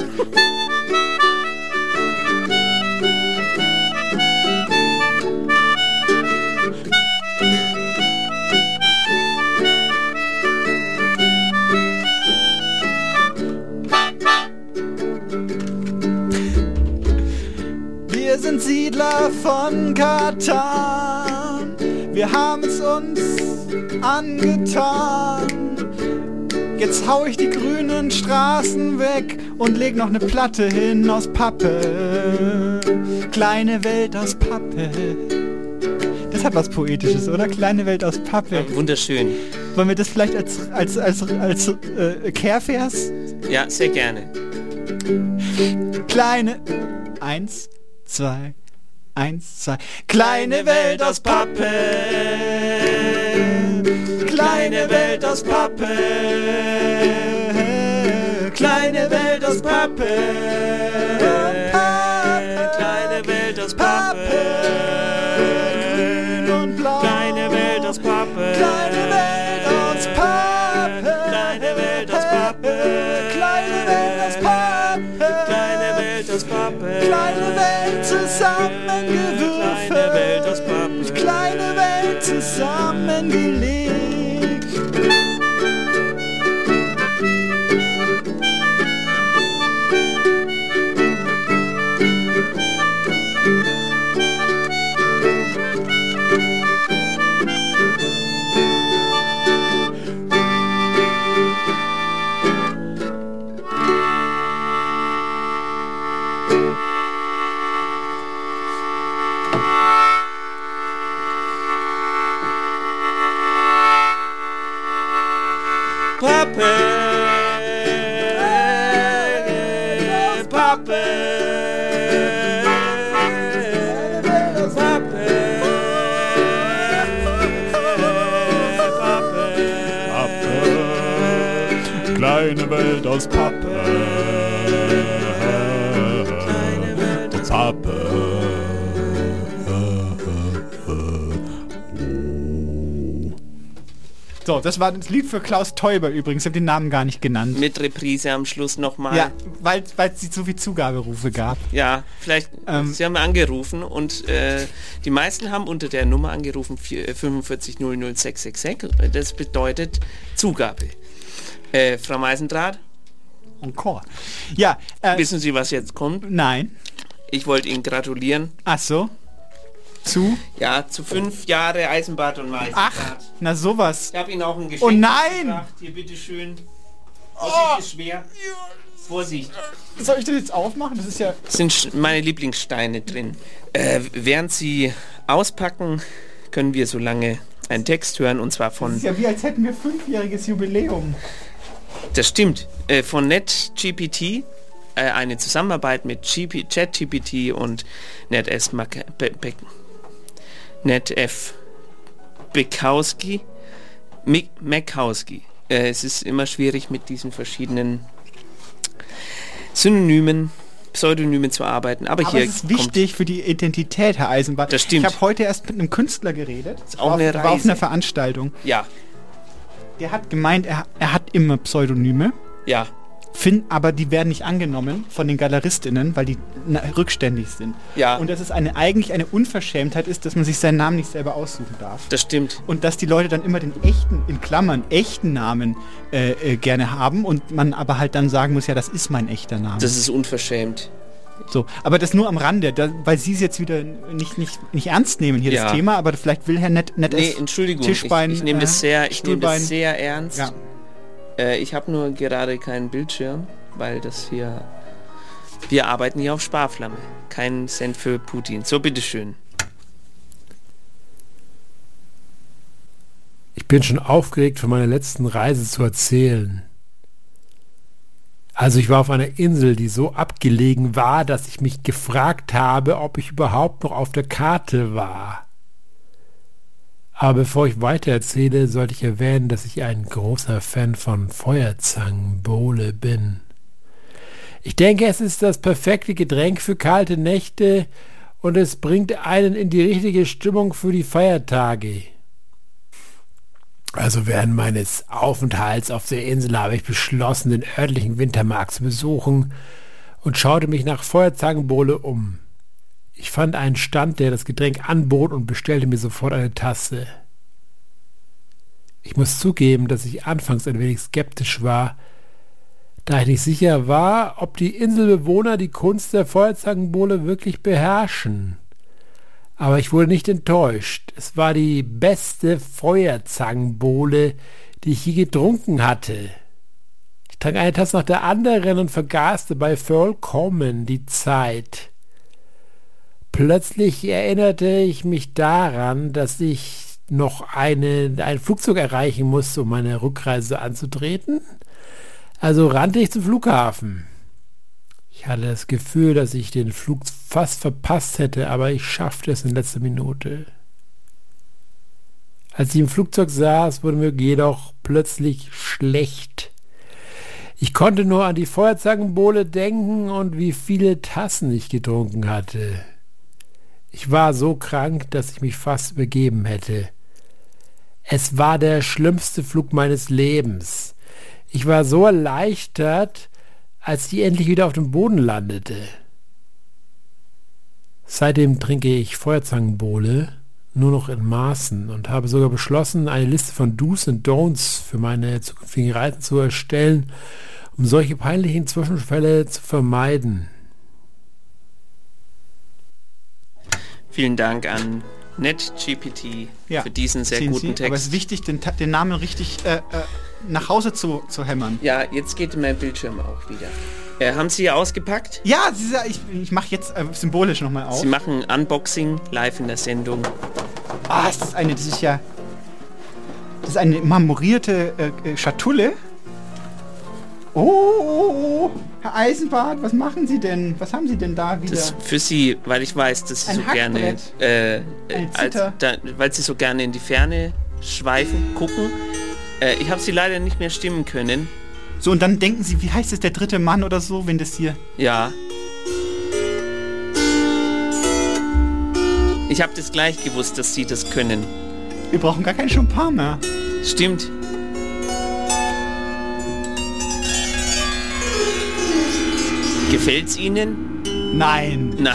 Wir sind Siedler von Katan, wir haben es uns angetan. Jetzt hau ich die grünen Straßen weg und leg noch eine Platte hin aus Pappe. Kleine Welt aus Pappe. Das hat was Poetisches, oder? Kleine Welt aus Pappe. Ja, wunderschön. Wollen wir das vielleicht als Kehrvers? Ja, sehr gerne. Kleine... 1, 2, 1, 2. Kleine Welt aus Pappe. Kleine Welt aus Pappe. Kleine Welt aus Pappe. Kleine Welt aus Pappe. Grün und blau. Kleine Welt aus Pappe. Kleine Welt aus Pappe. Kleine Welt aus Pappe. Kleine Welt aus Pappe. Kleine Welt aus Pappe. Kleine Welt zusammengewürfelt. Kleine Welt aus Pappe. Kleine Welt zusammengelegt. Pappe, Pappe, Pappe, kleine Welt aus Pappe, kleine Welt aus Pappe. So, das war das Lied für Klaus Teuber übrigens. Ich habe den Namen gar nicht genannt. Mit Reprise am Schluss nochmal. Ja, weil es so viele Zugaberufe gab. Ja, vielleicht, Sie haben angerufen und die meisten haben unter der Nummer angerufen, 45 00 666. Das bedeutet Zugabe. Frau Meisendrath? Encore. Ja. Wissen Sie, was jetzt kommt? Nein. Ich wollte Ihnen gratulieren. Ach so. Zu? Ja, zu 5 Jahre Eisenbad und Meisendrath. Ach, na sowas. Ich habe Ihnen auch ein Geschenk Oh nein! gebracht. Hier, bitteschön. Vorsicht, ist schwer. Vorsicht. Soll ich das jetzt aufmachen? Das ist ja... Sind meine Lieblingssteine drin. Während Sie auspacken, können wir so lange einen Text hören, und zwar von... Das ist ja wie, als hätten wir 5-jähriges Jubiläum. Das stimmt. Von NetGPT, eine Zusammenarbeit mit ChatGPT und NetF Bekowski. Es ist immer schwierig, mit diesen verschiedenen Synonymen, Pseudonymen zu arbeiten. Aber hier es ist wichtig für die Identität, Herr Eisenbart. Das stimmt. Ich habe heute erst mit einem Künstler geredet. Das ist auch eine Reise. War auf einer Veranstaltung. Ja. Der hat gemeint, er hat immer Pseudonyme. Ja. aber die werden nicht angenommen von den Galeristinnen, weil die rückständig sind. Ja. Und dass es eigentlich eine Unverschämtheit ist, dass man sich seinen Namen nicht selber aussuchen darf. Das stimmt. Und dass die Leute dann immer den echten, in Klammern, echten Namen gerne haben und man aber halt dann sagen muss, ja, das ist mein echter Name. Das ist unverschämt. So, aber das nur am Rande, weil Sie es jetzt wieder nicht ernst nehmen hier, das Thema, aber vielleicht will Herr Nett Entschuldigung, Tischbein, ich nehme das sehr ernst. Ja. Ich habe nur gerade keinen Bildschirm, weil wir arbeiten hier auf Sparflamme. Kein Cent für Putin. So, bitteschön. Ich bin schon aufgeregt, von meiner letzten Reise zu erzählen. Also ich war auf einer Insel, die so abgelegen war, dass ich mich gefragt habe, ob ich überhaupt noch auf der Karte war. Aber bevor ich weiter erzähle, sollte ich erwähnen, dass ich ein großer Fan von Feuerzangenbowle bin. Ich denke, es ist das perfekte Getränk für kalte Nächte und es bringt einen in die richtige Stimmung für die Feiertage. Also während meines Aufenthalts auf der Insel habe ich beschlossen, den örtlichen Wintermarkt zu besuchen und schaute mich nach Feuerzangenbowle um. Ich fand einen Stand, der das Getränk anbot und bestellte mir sofort eine Tasse. Ich muss zugeben, dass ich anfangs ein wenig skeptisch war, da ich nicht sicher war, ob die Inselbewohner die Kunst der Feuerzangenbowle wirklich beherrschen. Aber ich wurde nicht enttäuscht. Es war die beste Feuerzangenbowle, die ich je getrunken hatte. Ich trank eine Tasse nach der anderen und vergaß dabei vollkommen die Zeit. Plötzlich erinnerte ich mich daran, dass ich noch ein Flugzeug erreichen musste, um meine Rückreise anzutreten. Also rannte ich zum Flughafen. Ich hatte das Gefühl, dass ich den Flug fast verpasst hätte, aber ich schaffte es in letzter Minute. Als ich im Flugzeug saß, wurde mir jedoch plötzlich schlecht. Ich konnte nur an die Feuerzangenbowle denken und wie viele Tassen ich getrunken hatte. Ich war so krank, dass ich mich fast übergeben hätte. Es war der schlimmste Flug meines Lebens. Ich war so erleichtert, als die endlich wieder auf dem Boden landete. Seitdem trinke ich Feuerzangenbowle nur noch in Maßen und habe sogar beschlossen, eine Liste von Do's und Don'ts für meine zukünftigen Reisen zu erstellen, um solche peinlichen Zwischenfälle zu vermeiden. Vielen Dank an NetGPT für diesen sehr guten Text. Aber es ist wichtig, den Namen richtig nach Hause zu hämmern. Ja, jetzt geht mein Bildschirm auch wieder. Haben Sie ausgepackt? Ja, ich mache jetzt symbolisch nochmal auf. Sie machen Unboxing live in der Sendung. Das ist eine marmorierte Schatulle. Oh, Herr Eisenbart, was machen Sie denn? Was haben Sie denn da wieder? Das für Sie, weil ich weiß, dass Sie so gerne, weil Sie so gerne in die Ferne schweifen, gucken. Ich habe Sie leider nicht mehr stimmen können. So, und dann denken Sie, wie heißt es, der dritte Mann oder so, wenn das hier... Ja. Ich habe das gleich gewusst, dass Sie das können. Wir brauchen gar kein Champagner mehr. Stimmt. Gefällt's Ihnen? Nein. Na.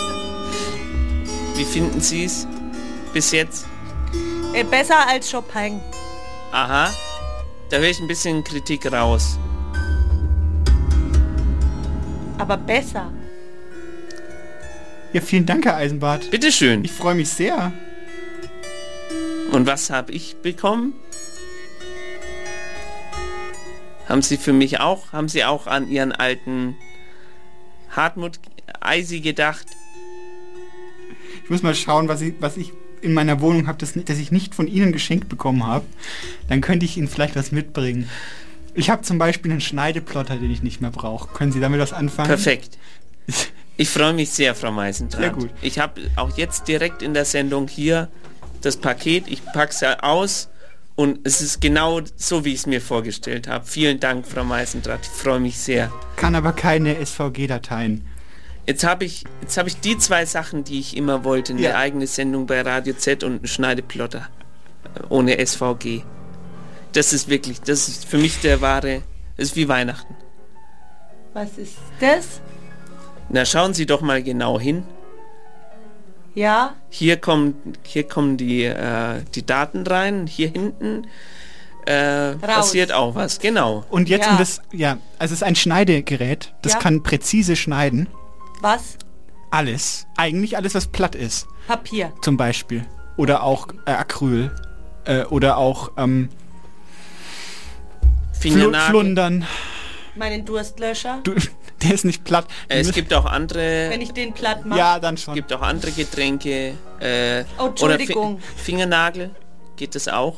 Wie finden Sie es bis jetzt? Besser als Chopin. Aha. Da höre ich ein bisschen Kritik raus. Aber besser. Ja, vielen Dank, Herr Eisenbart. Bitteschön. Ich freue mich sehr. Und was habe ich bekommen? Haben Sie für mich auch? Haben Sie auch an Ihren alten Hartmut Eisi gedacht? Ich muss mal schauen, was ich in meiner Wohnung habe, das ich nicht von Ihnen geschenkt bekommen habe. Dann könnte ich Ihnen vielleicht was mitbringen. Ich habe zum Beispiel einen Schneideplotter, den ich nicht mehr brauche. Können Sie damit was anfangen? Perfekt. Ich freue mich sehr, Frau Meisendrath. Sehr gut. Ich habe auch jetzt direkt in der Sendung hier das Paket. Ich packe es ja aus und es ist genau so, wie ich es mir vorgestellt habe. Vielen Dank, Frau Meisendrath. Ich freue mich sehr. Kann aber keine SVG-Dateien. Jetzt hab ich die zwei Sachen, die ich immer wollte. Eine eigene Sendung bei Radio Z und einen Schneideplotter. Ohne SVG. Das ist für mich das ist wie Weihnachten. Was ist das? Na, schauen Sie doch mal genau hin. Ja? Hier kommen die Daten rein. Hier hinten passiert auch was. Genau. Und jetzt Ja. Also es ist ein Schneidegerät. Das Ja. kann präzise schneiden. Was? Alles. Eigentlich alles, was platt ist. Papier. Zum Beispiel. Oder auch Acryl. Oder auch Fingernagel. Flundern. Meinen Durstlöscher. Der ist nicht platt. Es gibt auch andere. Wenn ich den platt mache. Ja, dann schon. Es gibt auch andere Getränke. Oh, Entschuldigung. Oder Fingernagel. Geht das auch?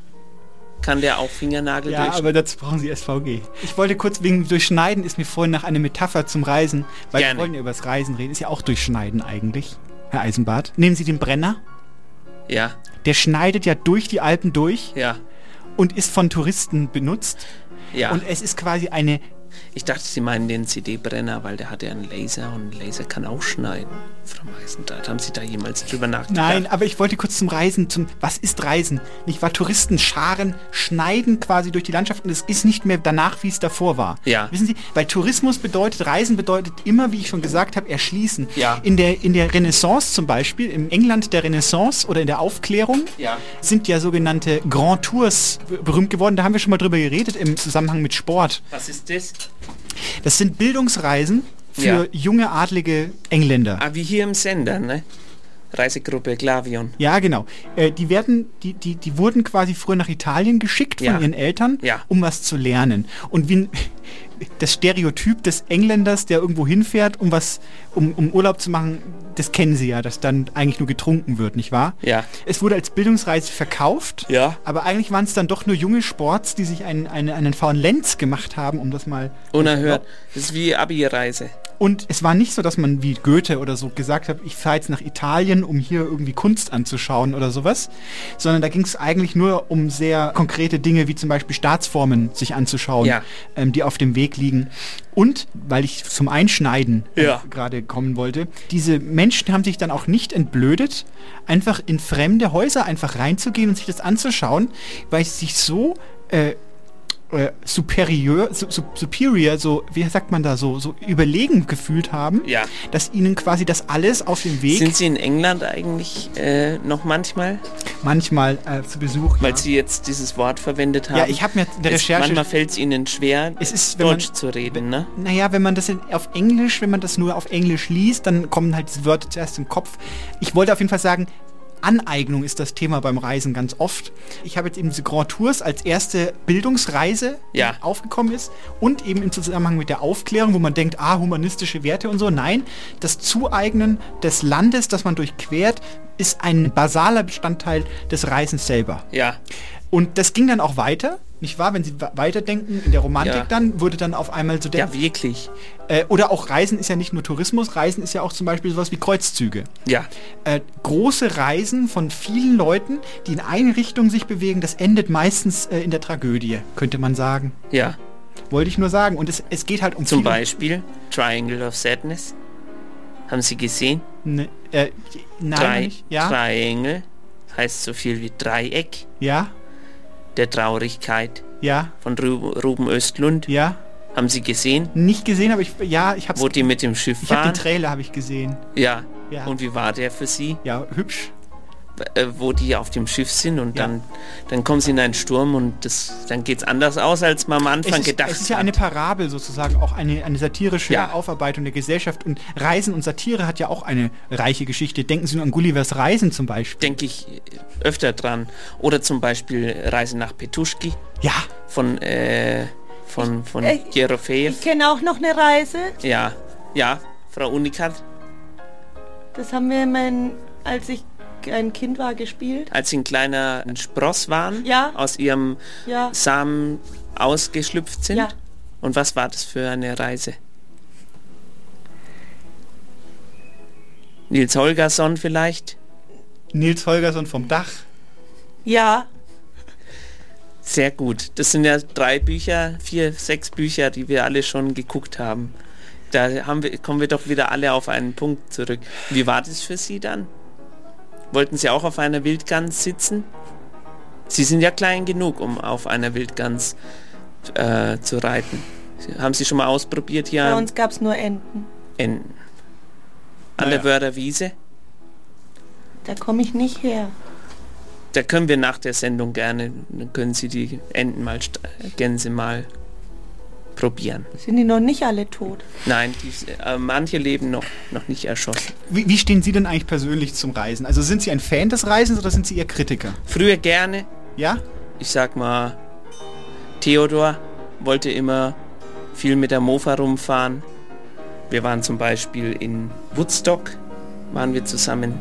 Kann der auch Fingernagel Ja, aber dazu brauchen Sie SVG. Ich wollte kurz wegen Durchschneiden, ist mir vorhin nach einer Metapher zum Reisen, weil Gerne. wir wollen ja über das Reisen reden, ist ja auch Durchschneiden eigentlich, Herr Eisenbart. Nehmen Sie den Brenner, Ja, der schneidet ja durch die Alpen durch ja, und ist von Touristen benutzt. ja. Und es ist quasi eine... Ich dachte, Sie meinen den CD-Brenner, weil der hat ja einen Laser und ein Laser kann auch schneiden. Frau Eisendraht, haben Sie da jemals drüber nachgedacht? Nein, aber ich wollte kurz zum Reisen, was ist Reisen? Nicht wahr? Touristenscharen schneiden quasi durch die Landschaft und es ist nicht mehr danach, wie es davor war. Ja. Wissen Sie, weil Tourismus bedeutet, Reisen bedeutet immer, wie ich schon gesagt habe, erschließen. Ja. In der Renaissance zum Beispiel, im England der Renaissance oder in der Aufklärung, Ja. sind ja sogenannte Grand Tours berühmt geworden. Da haben wir schon mal drüber geredet im Zusammenhang mit Sport. Was ist das? Das sind Bildungsreisen für Ja. junge adlige Engländer. Ah, wie hier im Sender, ne? Reisegruppe Glavion. Ja, genau. Die wurden quasi früher nach Italien geschickt von Ja. ihren Eltern, Ja. um was zu lernen. Und wie das Stereotyp des Engländers, der irgendwo hinfährt, um Urlaub zu machen, das kennen Sie ja, dass dann eigentlich nur getrunken wird, nicht wahr? Ja. Es wurde als Bildungsreise verkauft, Ja. aber eigentlich waren es dann doch nur junge Sports, die sich einen faulen Lenz gemacht haben, um das mal... Unerhört. Das ist wie Abi-Reise. Und es war nicht so, dass man wie Goethe oder so gesagt hat, ich fahre jetzt nach Italien, um hier irgendwie Kunst anzuschauen oder sowas, sondern da ging es eigentlich nur um sehr konkrete Dinge, wie zum Beispiel Staatsformen sich anzuschauen, Ja. Die auf dem Weg liegen. Und, weil ich zum Einschneiden Ja. gerade kommen wollte, diese Menschen haben sich dann auch nicht entblödet, einfach in fremde Häuser einfach reinzugehen und sich das anzuschauen, weil sie sich so superior, so, wie sagt man da, so überlegen gefühlt haben, Ja. dass ihnen quasi das alles auf dem Weg... Sind Sie in England eigentlich noch manchmal? Manchmal zu Besuch, Weil ja. Sie jetzt dieses Wort verwendet haben. Ja, ich habe mir in der Recherche... Manchmal fällt es Ihnen schwer, Es ist, wenn Deutsch man- zu reden, ne? Naja, wenn man das wenn man das nur auf Englisch liest, dann kommen halt diese Wörter zuerst im Kopf. Ich wollte auf jeden Fall sagen, Aneignung ist das Thema beim Reisen ganz oft. Ich habe jetzt eben diese Grand Tours als erste Bildungsreise Ja. die aufgekommen ist und eben im Zusammenhang mit der Aufklärung, wo man denkt, humanistische Werte und so. Nein, das Zueignen des Landes, das man durchquert, ist ein basaler Bestandteil des Reisens selber. Ja. Und das ging dann auch weiter, nicht wahr? Wenn Sie weiterdenken, in der Romantik Ja. dann, wurde dann auf einmal so der... Ja, wirklich. Oder auch Reisen ist ja nicht nur Tourismus, Reisen ist ja auch zum Beispiel sowas wie Kreuzzüge. Ja. Große Reisen von vielen Leuten, die in eine Richtung sich bewegen, das endet meistens in der Tragödie, könnte man sagen. Ja. Wollte ich nur sagen. Und es geht halt um Zum viele- Beispiel Triangle of Sadness. Haben Sie gesehen? Ne, nein, nicht. Ja, Triangle heißt so viel wie Dreieck ja, der Traurigkeit ja, von Ruben Östlund. ja. Haben Sie gesehen? Nicht gesehen, aber ich hab's... Wo die mit dem Schiff Ich habe fahren? den Trailer habe ich gesehen. Ja. Ja. Und wie war der für Sie? Ja, hübsch. Wo die auf dem Schiff sind und Ja. dann kommen sie in einen Sturm und dann geht's anders aus, als man am Anfang gedacht hat. Es ist ja eine Parabel sozusagen, auch eine satirische Ja. Aufarbeitung der Gesellschaft. Und Reisen und Satire hat ja auch eine reiche Geschichte. Denken Sie nur an Gullivers Reisen zum Beispiel. Denke ich öfter dran. Oder zum Beispiel Reise nach Petuschki Ja, von Jerofejew. Ich kenne auch noch eine Reise. Ja, Frau Unikat, Das haben wir als ich ein Kind war, gespielt. als sie ein kleiner Spross waren, Ja. aus ihrem Ja. Samen ausgeschlüpft sind. Ja. Und was war das für eine Reise? Nils Holgersson vielleicht? Nils Holgersson vom Dach. Ja. Sehr gut. Das sind ja 3 Bücher, 4, 6 Bücher, die wir alle schon geguckt haben. Da kommen wir doch wieder alle auf einen Punkt zurück. Wie war das für Sie dann? Wollten Sie auch auf einer Wildgans sitzen? Sie sind ja klein genug, um auf einer Wildgans zu reiten. Haben Sie schon mal ausprobiert hier? Bei uns gab es nur Enten. Enten. An der Wörder Wiese? Da komme ich nicht her. Da können wir nach der Sendung gerne, dann können Sie die Enten mal, Gänse mal probieren. Sind die noch nicht alle tot? Nein, manche leben noch nicht erschossen. Wie stehen Sie denn eigentlich persönlich zum Reisen? Also sind Sie ein Fan des Reisens oder sind Sie eher Kritiker? Früher gerne. Ja? Ich sag mal, Theodor wollte immer viel mit der Mofa rumfahren. Wir waren zum Beispiel in Woodstock, waren wir zusammen.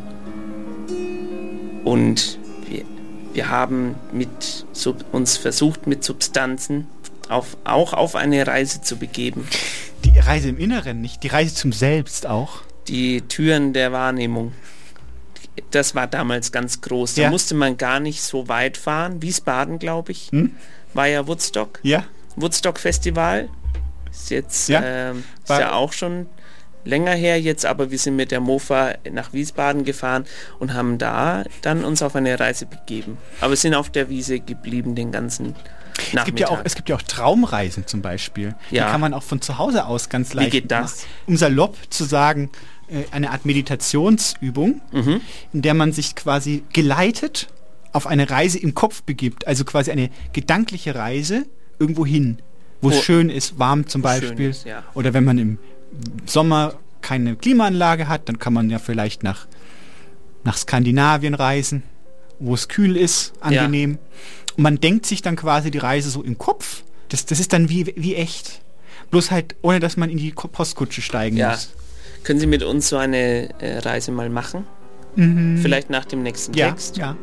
Und wir haben uns versucht, mit Substanzen auch auf eine Reise zu begeben. Die Reise im Inneren, nicht die Reise zum Selbst auch? Die Türen der Wahrnehmung. Das war damals ganz groß. Da musste man gar nicht so weit fahren. Wiesbaden, glaube ich, war ja Woodstock. Ja. Woodstock Festival. Ist jetzt ist ja auch schon länger her jetzt, aber wir sind mit der Mofa nach Wiesbaden gefahren und haben da dann uns auf eine Reise begeben. Aber sind auf der Wiese geblieben den ganzen Nachmittag. Es gibt ja auch Traumreisen zum Beispiel. Ja. Die kann man auch von zu Hause aus ganz leicht Wie geht das? machen. Um salopp zu sagen, eine Art Meditationsübung, in der man sich quasi geleitet auf eine Reise im Kopf begibt. Also quasi eine gedankliche Reise irgendwo hin, wo es schön ist, warm zum Beispiel. Ist, ja. Oder wenn man im Sommer keine Klimaanlage hat, dann kann man ja vielleicht nach Skandinavien reisen, wo es kühl ist, angenehm. Ja. Und man denkt sich dann quasi die Reise so im Kopf. Das ist dann wie echt. Bloß halt, ohne dass man in die Postkutsche steigen muss. Können Sie mit uns so eine Reise mal machen? Vielleicht nach dem nächsten Text? Ja.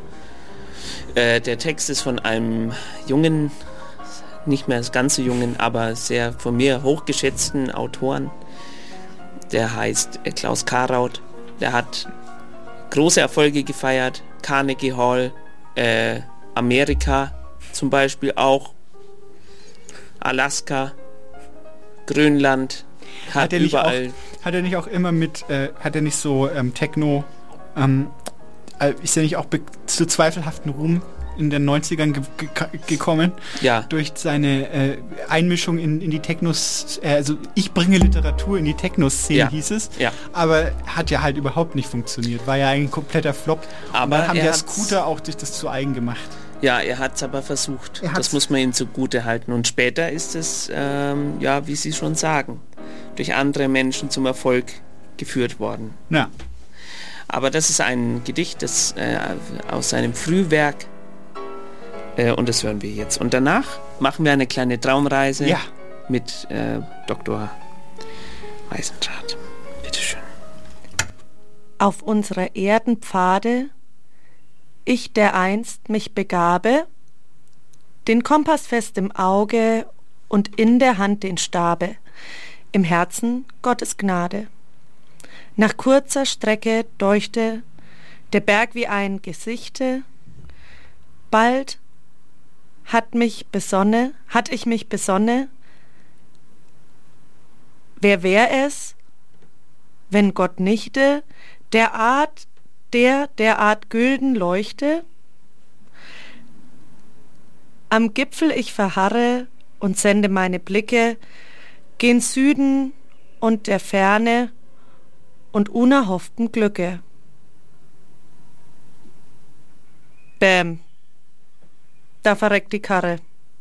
Der Text ist von einem jungen, nicht mehr ganz so jungen, aber sehr von mir hochgeschätzten Autoren. Der heißt Klaus Karaut. Der hat große Erfolge gefeiert. Carnegie Hall, Amerika zum Beispiel auch, Alaska, Grönland, hat er überall. Hat er nicht auch immer hat er nicht so Techno, ist er nicht auch zu zweifelhaften Ruhm in den 90ern gekommen? Ja. Durch seine Einmischung in die Technos, also ich bringe Literatur in die Techno-Szene, hieß es. Ja. Aber hat ja halt überhaupt nicht funktioniert. War ja ein kompletter Flop. Aber dann haben der Scooter auch sich das zu eigen gemacht. Ja, er hat es aber versucht. Das muss man ihm zugute halten. Und später ist es, wie Sie schon sagen, durch andere Menschen zum Erfolg geführt worden. Ja. Aber das ist ein Gedicht, das aus seinem Frühwerk, und das hören wir jetzt. Und danach machen wir eine kleine Traumreise mit Dr. Eisendraht. Bitteschön. Auf unsere Erdenpfade, ich, der einst mich begabe, den Kompass fest im Auge und in der Hand den Stabe, im Herzen Gottes Gnade. Nach kurzer Strecke deuchte der Berg wie ein Gesichte, bald hat ich mich besonne, wer wär es, wenn Gott nichte, derart gülden leuchte? Am Gipfel ich verharre und sende meine Blicke gen Süden und der Ferne und unerhofften Glücke. Bäm. Da verreckt die Karre.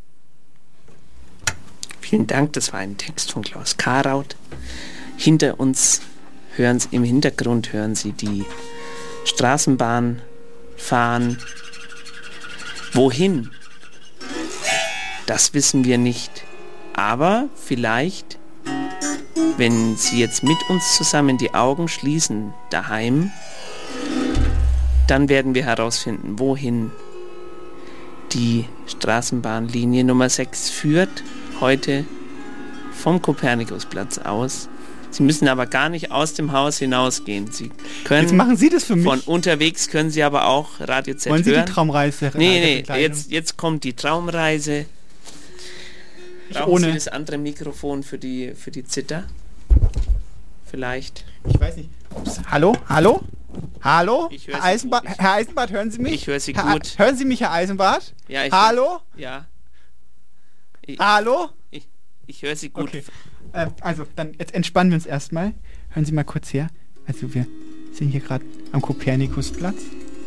Vielen Dank, das war ein Text von Klaus Karaut. Hinter uns im Hintergrund hören Sie die Straßenbahn fahren. Wohin? Das wissen wir nicht. Aber vielleicht, wenn Sie jetzt mit uns zusammen die Augen schließen daheim, dann werden wir herausfinden, wohin die Straßenbahnlinie Nummer 6 führt, heute vom Kopernikusplatz aus. Sie müssen aber gar nicht aus dem Haus hinausgehen. Sie können jetzt machen Sie das für mich. Von unterwegs können Sie aber auch Radio Z Wollen Sie hören. Die Traumreise? Nee, jetzt kommt die Traumreise. Brauchen Sie das andere Mikrofon für die Zither? Vielleicht. Ich weiß nicht. Hallo? Herr Eisenbart, hören Sie mich? Ich höre Sie gut. Hören Sie mich, Herr Eisenbart? Ja, Hallo? Ja. Hallo? Ich höre Sie gut. Okay. Also, dann jetzt entspannen wir uns erstmal. Hören Sie mal kurz her. Also, wir sind hier gerade am Kopernikusplatz.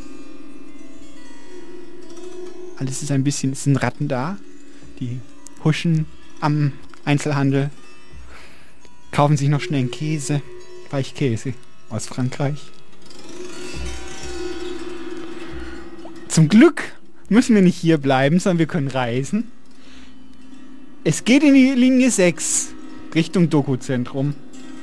Alles ist es sind Ratten da. Die huschen am Einzelhandel. Kaufen sich noch schnell einen Käse. Weichkäse aus Frankreich. Zum Glück müssen wir nicht hier bleiben, sondern wir können reisen. Es geht in die Linie 6, Richtung Dokuzentrum.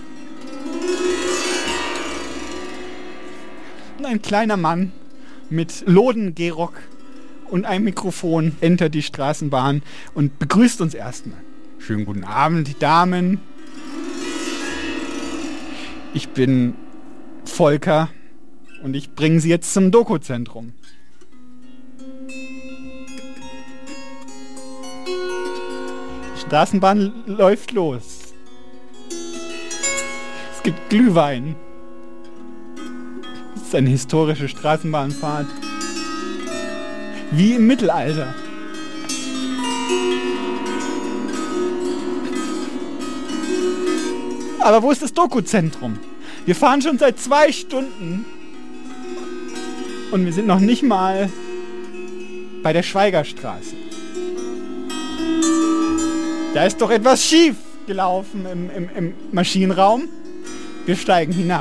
Und ein kleiner Mann mit Loden-Gehrock und einem Mikrofon entert die Straßenbahn und begrüßt uns erstmal. Schönen guten Abend, die Damen. Ich bin Volker und ich bringe Sie jetzt zum Dokuzentrum. Die Straßenbahn läuft los. Es gibt Glühwein. Es ist eine historische Straßenbahnfahrt. Wie im Mittelalter. Aber wo ist das Dokuzentrum? Wir fahren schon seit 2 Stunden und wir sind noch nicht mal bei der Schweigerstraße. Da ist doch etwas schief gelaufen im Maschinenraum. Wir steigen hinab.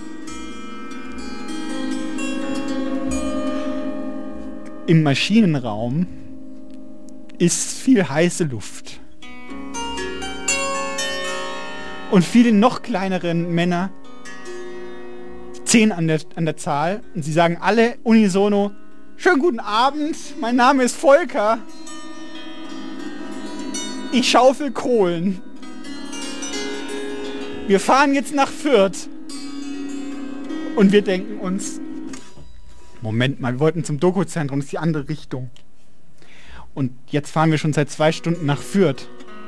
Im Maschinenraum ist viel heiße Luft. Und viele noch kleineren Männer, 10 an der Zahl, und sie sagen alle unisono: Schönen guten Abend, mein Name ist Volker. Ich schaufel Kohlen. Wir fahren jetzt nach Fürth. Und wir denken uns: Moment mal, wir wollten zum Dokuzentrum, das ist die andere Richtung. Und jetzt fahren wir schon seit 2 Stunden nach Fürth.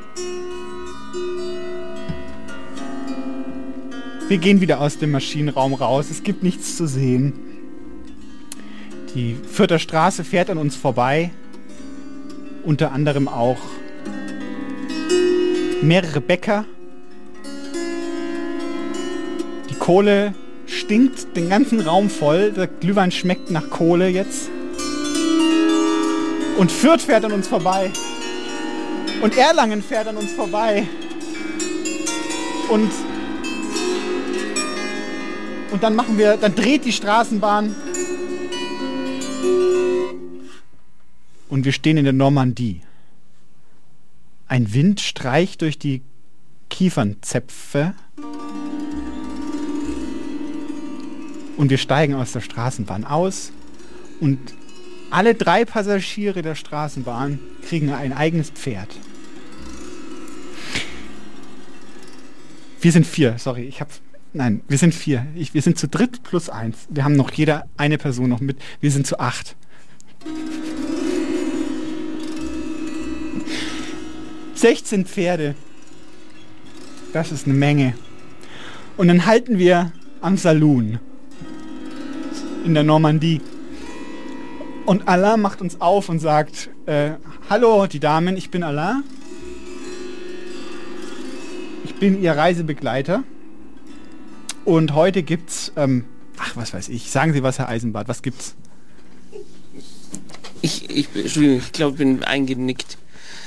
Wir gehen wieder aus dem Maschinenraum raus. Es gibt nichts zu sehen. Die Fürther Straße fährt an uns vorbei. Unter anderem auch mehrere Bäcker. Die Kohle stinkt den ganzen Raum voll. Der Glühwein schmeckt nach Kohle jetzt. Und Fürth fährt an uns vorbei. Und Erlangen fährt an uns vorbei. Und dann dreht die Straßenbahn. Und wir stehen in der Normandie. Ein Wind streicht durch die Kiefernzäpfe. Und wir steigen aus der Straßenbahn aus. Und alle 3 Passagiere der Straßenbahn kriegen ein eigenes Pferd. Wir sind 4, sorry, wir sind 4. Wir sind zu dritt plus 1. Wir haben noch jeder eine Person noch mit. Wir sind zu 8. 16 Pferde. Das ist eine Menge. Und dann halten wir am Saloon in der Normandie. Und Alain macht uns auf und sagt: Hallo, die Damen, ich bin Alain. Ich bin Ihr Reisebegleiter. Und heute gibt's, was weiß ich. Sagen Sie was, Herr Eisenbart, was gibt's? Entschuldigung, ich glaube, ich bin eingenickt.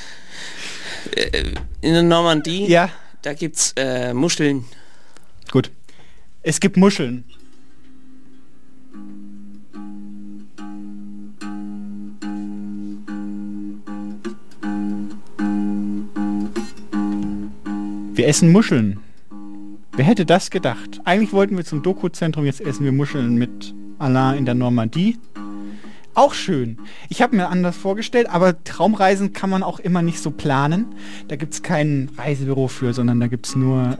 In der Normandie, ja, da gibt's Muscheln. Gut. Es gibt Muscheln. Wir essen Muscheln. Wer hätte das gedacht? Eigentlich wollten wir zum Dokuzentrum, jetzt essen wir Muscheln mit Alain in der Normandie. Auch schön. Ich habe mir anders vorgestellt, aber Traumreisen kann man auch immer nicht so planen. Da gibt es kein Reisebüro für, sondern da gibt es nur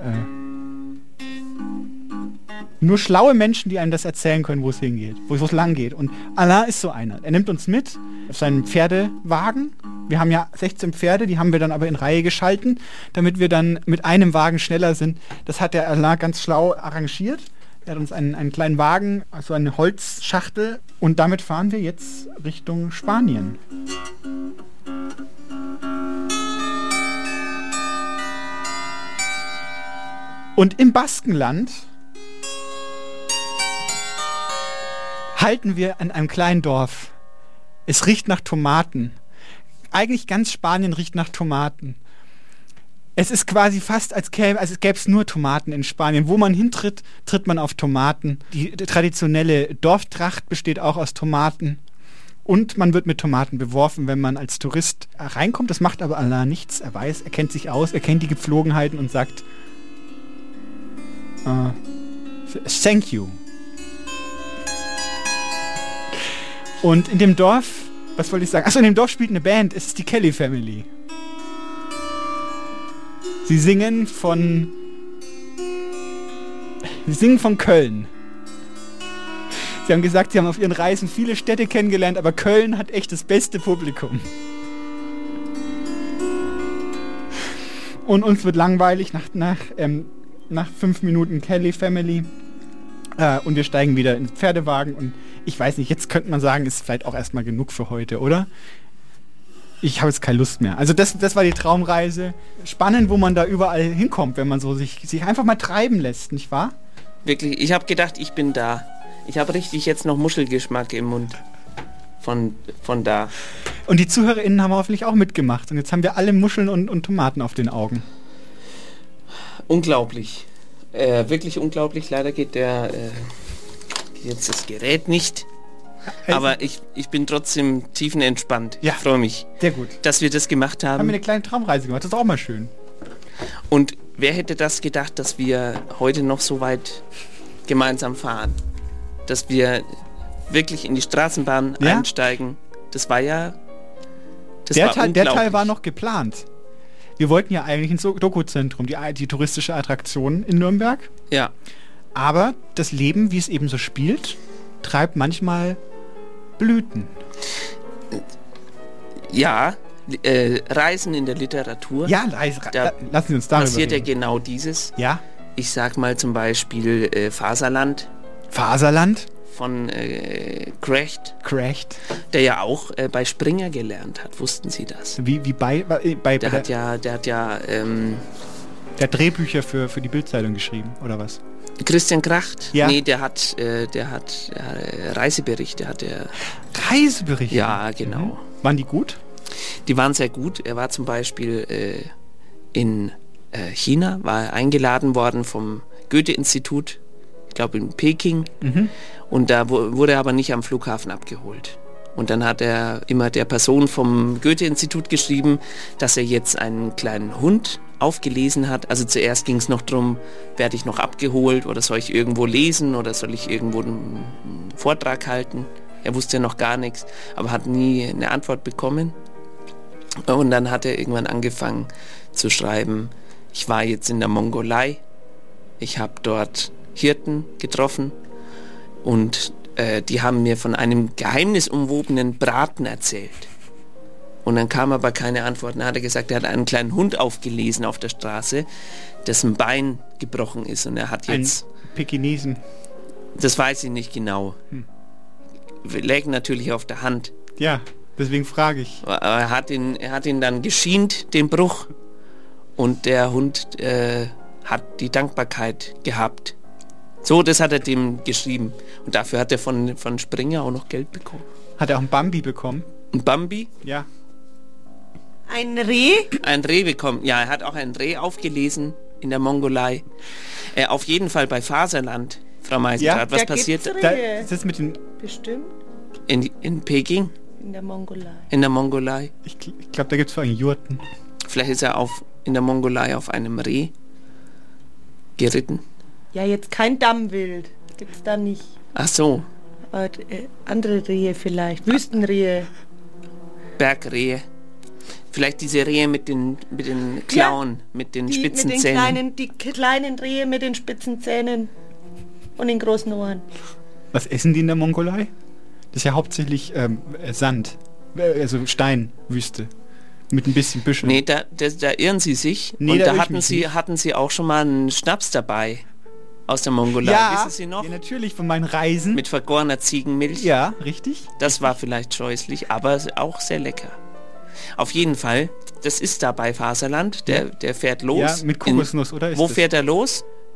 schlaue Menschen, die einem das erzählen können, wo es hingeht, wo es lang geht. Und Alain ist so einer. Er nimmt uns mit auf seinen Pferdewagen. Wir haben ja 16 Pferde, die haben wir dann aber in Reihe geschalten, damit wir dann mit einem Wagen schneller sind. Das hat der Alain ganz schlau arrangiert. Er hat uns einen kleinen Wagen, also eine Holzschachtel, und damit fahren wir jetzt Richtung Spanien. Und im Baskenland halten wir an einem kleinen Dorf. Es riecht nach Tomaten. Eigentlich ganz Spanien riecht nach Tomaten. Es ist quasi fast, als gäbe es nur Tomaten in Spanien. Wo man hintritt, tritt man auf Tomaten. Die traditionelle Dorftracht besteht auch aus Tomaten. Und man wird mit Tomaten beworfen, wenn man als Tourist reinkommt. Das macht aber Allah nichts. Er weiß, er kennt sich aus, er kennt die Gepflogenheiten und sagt thank you. Und in dem Dorf, was wollte ich sagen? Achso, in dem Dorf spielt eine Band. Es ist die Kelly Family. Sie singen von Köln. Sie haben gesagt, sie haben auf ihren Reisen viele Städte kennengelernt, aber Köln hat echt das beste Publikum. Und uns wird langweilig nach 5 Minuten Kelly Family. Und wir steigen wieder in den Pferdewagen. Und ich weiß nicht, jetzt könnte man sagen, ist vielleicht auch erstmal genug für heute, oder? Ich habe jetzt keine Lust mehr. Also das war die Traumreise. Spannend, wo man da überall hinkommt, wenn man so sich einfach mal treiben lässt, nicht wahr? Wirklich, ich habe gedacht, ich bin da. Ich habe richtig jetzt noch Muschelgeschmack im Mund. Von da. Und die ZuhörerInnen haben hoffentlich auch mitgemacht. Und jetzt haben wir alle Muscheln und Tomaten auf den Augen. Unglaublich. Wirklich unglaublich. Leider geht jetzt das Gerät nicht. Aber ich bin trotzdem tiefenentspannt. Ja, ich freue mich, sehr gut, dass wir das gemacht haben. Haben wir eine kleine Traumreise gemacht, das ist auch mal schön. Und wer hätte das gedacht, dass wir heute noch so weit gemeinsam fahren? Dass wir wirklich in die Straßenbahn einsteigen. Das war ja... Der Teil war noch geplant. Wir wollten ja eigentlich ins Doku-Zentrum, die touristische Attraktion in Nürnberg. Ja. Aber das Leben, wie es eben so spielt, treibt manchmal Blüten. Ja, Reisen in der Literatur. Ja, da lassen Sie uns darüber passiert reden. ja genau dieses. Ja. Ich sag mal zum Beispiel Faserland. Faserland? Von Krecht. Krecht. Der ja auch bei Springer gelernt hat. Wussten Sie das? Wie bei der hat ja der hat Drehbücher für die Bild-Zeitung geschrieben, oder was? Christian Kracht? Ja. Nee, der hat Reiseberichte. Reiseberichte? Ja, genau. Mhm. Waren die gut? Die waren sehr gut. Er war zum Beispiel in China, war eingeladen worden vom Goethe-Institut, ich glaube in Peking. Mhm. Und da wurde er aber nicht am Flughafen abgeholt. Und dann hat er immer der Person vom Goethe-Institut geschrieben, dass er jetzt einen kleinen Hund aufgelesen hat. Also zuerst ging es noch darum, werde ich noch abgeholt oder soll ich irgendwo lesen oder soll ich irgendwo einen Vortrag halten. Er wusste ja noch gar nichts, aber hat nie eine Antwort bekommen. Und dann hat er irgendwann angefangen zu schreiben, ich war jetzt in der Mongolei, ich habe dort Hirten getroffen und die haben mir von einem geheimnisumwobenen Braten erzählt. Und dann kam aber keine Antwort. Dann hat er gesagt, er hat einen kleinen Hund aufgelesen auf der Straße, dessen Bein gebrochen ist. Und er hat jetzt... Ein Pekinesen. Das weiß ich nicht genau. Lag natürlich auf der Hand. Ja, deswegen frage ich. Aber er hat ihn dann geschient, den Bruch. Und der Hund hat die Dankbarkeit gehabt. So, das hat er dem geschrieben. Und dafür hat er von Springer auch noch Geld bekommen. Hat er auch ein Bambi bekommen? Ein Bambi? Ja. Ein Reh? Ein Reh bekommen. Ja, er hat auch ein Reh aufgelesen in der Mongolei. Auf jeden Fall bei Faserland, Frau Meisendrath. Ja? Was passiert? Da ist das mit den... Bestimmt. In Peking? In der Mongolei. In der Mongolei. Ich glaube, da gibt es vor allem Jurten. Vielleicht ist er in der Mongolei auf einem Reh geritten. Ja, jetzt kein Dammwild. Gibt's da nicht. Ach so. Aber andere Rehe vielleicht. Wüstenrehe. Bergrehe. Vielleicht diese Rehe mit den Klauen, mit den spitzen Zähnen. Die kleinen Rehe mit den spitzen Zähnen und den großen Ohren. Was essen die in der Mongolei? Das ist ja hauptsächlich Sand. Also Steinwüste. Mit ein bisschen Büscheln. Nee, da irren Sie sich. Nee, und da hatten Sie auch schon mal einen Schnaps dabei. Aus der Mongolei, ja, wissen Sie noch? Ja, natürlich, von meinen Reisen. Mit vergorener Ziegenmilch. Ja, richtig. Das war vielleicht scheußlich, aber auch sehr lecker. Auf jeden Fall, das ist da bei Faserland, der fährt los. Ja, mit Kokosnuss, oder? Wo fährt er los?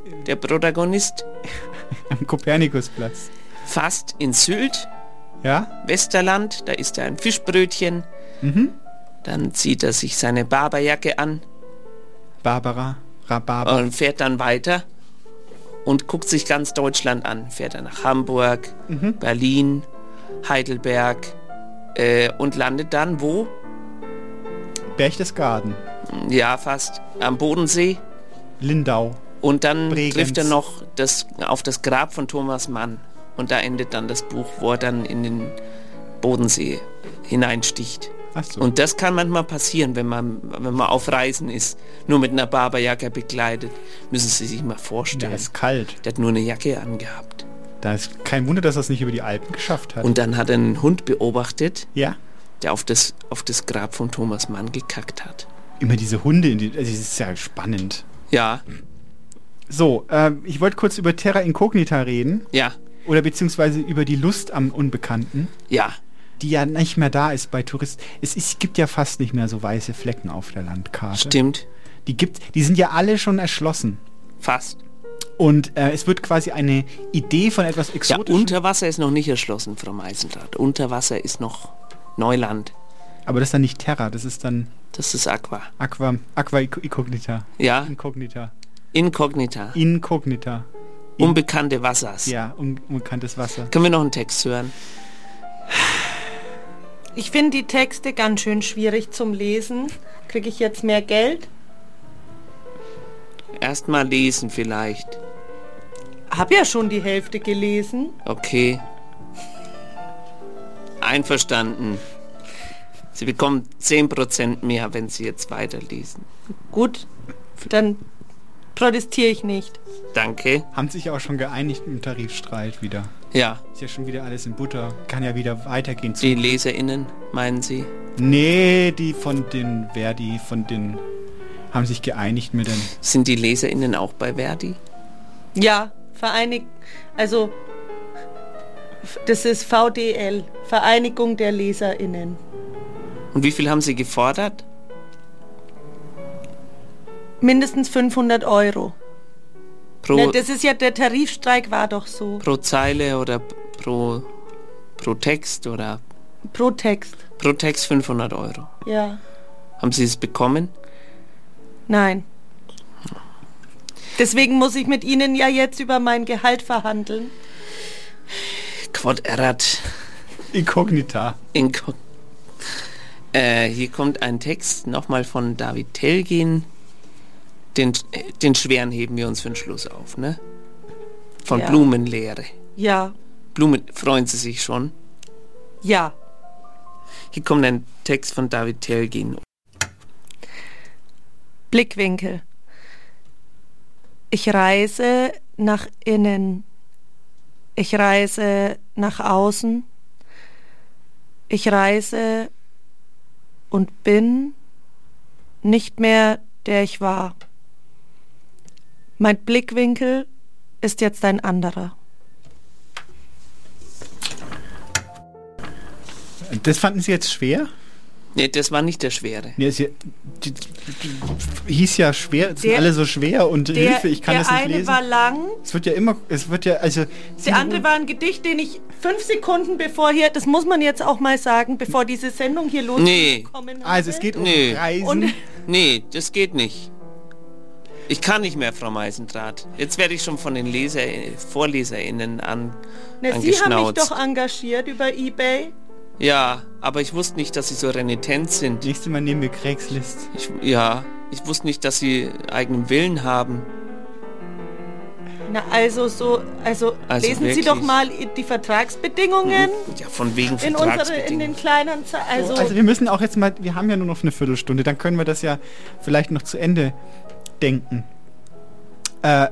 der Protagonist. Am Kopernikusplatz. Fast in Sylt, Ja? Westerland, da isst er ein Fischbrötchen. Dann zieht er sich seine Barberjacke an Barbara, Rhabarber. und fährt dann weiter und guckt sich ganz Deutschland an. Fährt er nach Hamburg, Berlin, Heidelberg und landet dann wo? Berchtesgaden. Ja, fast am Bodensee. Lindau. Und dann Bregenz. trifft er noch auf das Grab von Thomas Mann. Und da endet dann das Buch, wo er dann in den Bodensee hineinsticht. Ach so. Und das kann manchmal passieren, wenn man auf Reisen ist, nur mit einer Barberjacke bekleidet. Müssen Sie sich mal vorstellen. Der ist kalt. Der hat nur eine Jacke angehabt. Da ist kein Wunder, dass er es nicht über die Alpen geschafft hat. Und dann hat er einen Hund beobachtet, ja? der auf das Grab von Thomas Mann gekackt hat. Immer diese Hunde, also das ist ja spannend. Ja, So, ich wollte kurz über Terra Incognita reden. ja, Oder beziehungsweise über die Lust am Unbekannten, ja. die ja nicht mehr da ist bei Touristen. Es gibt ja fast nicht mehr so weiße Flecken auf der Landkarte. Stimmt. Die sind ja alle schon erschlossen. Fast. Und es wird quasi eine Idee von etwas Ja, Exotischem. Unterwasser ist noch nicht erschlossen, Frau Meisendrath. Unterwasser ist noch Neuland. Aber das ist dann nicht Terra, das ist dann Das ist Aqua. Aqua Incognita. Ja, Incognita. Incognita. Incognita. Unbekannte Wassers. Ja, unbekanntes Wasser. Können wir noch einen Text hören? Ich finde die Texte ganz schön schwierig zum Lesen. Kriege ich jetzt mehr Geld? Erstmal lesen vielleicht. Hab ja schon die Hälfte gelesen. Okay. Einverstanden. Sie bekommen 10% mehr, wenn Sie jetzt weiterlesen. Gut, dann protestiere ich nicht. Danke. Haben sich auch schon geeinigt im Tarifstreit wieder. Ja. Ist ja schon wieder alles in Butter. Kann ja wieder weitergehen. Die LeserInnen, meinen Sie? Nee, die von den Verdi, haben sich geeinigt mit den... Sind die LeserInnen auch bei Verdi? Ja, also das ist VDL, Vereinigung der LeserInnen. Und wie viel haben Sie gefordert? Mindestens 500 Euro. Pro, Na, das ist ja, der Tarifstreik war doch so. pro Zeile oder pro Text oder... Pro Text. Pro Text 500 Euro. Ja. Haben Sie es bekommen? Nein. Deswegen muss ich mit Ihnen ja jetzt über mein Gehalt Quod erat. Incognita. Hier kommt ein Text nochmal von David Telgin. Den schweren heben wir uns für den Schluss auf, ne? Von Ja. Blumenlehre. Ja. Freuen Sie sich schon? Ja. Hier kommt ein Text von David Telgin. Blickwinkel. Ich reise nach innen. Ich reise nach außen. Ich reise und bin nicht mehr der ich war. Mein Blickwinkel ist jetzt ein anderer. Das fanden Sie jetzt schwer? Nee, das war nicht der Schwere. Nee, hieß ja schwer, es sind alle so schwer und Hilfe, ich kann das nicht lesen. Der eine war lang. Der andere war ein Gedicht, den ich 5 Sekunden bevor hier, das muss man jetzt auch mal sagen, bevor diese Sendung hier losgekommen ist. Also es geht um Reisen. Nee, das geht nicht. Ich kann nicht mehr, Frau Meisendrath. Jetzt werde ich schon von den VorleserInnen Sie haben mich doch engagiert über eBay. Ja, aber ich wusste nicht, dass Sie so renitent sind. Nächstes Mal nehmen wir Craigslist. Ich wusste nicht, dass Sie eigenen Willen haben. Na, also lesen wirklich? Sie doch mal die Vertragsbedingungen. Ja, von wegen Vertragsbedingungen. In den kleinen Also wir müssen auch jetzt mal, wir haben ja nur noch eine Viertelstunde, dann können wir das ja vielleicht noch zu Ende denken. Gott.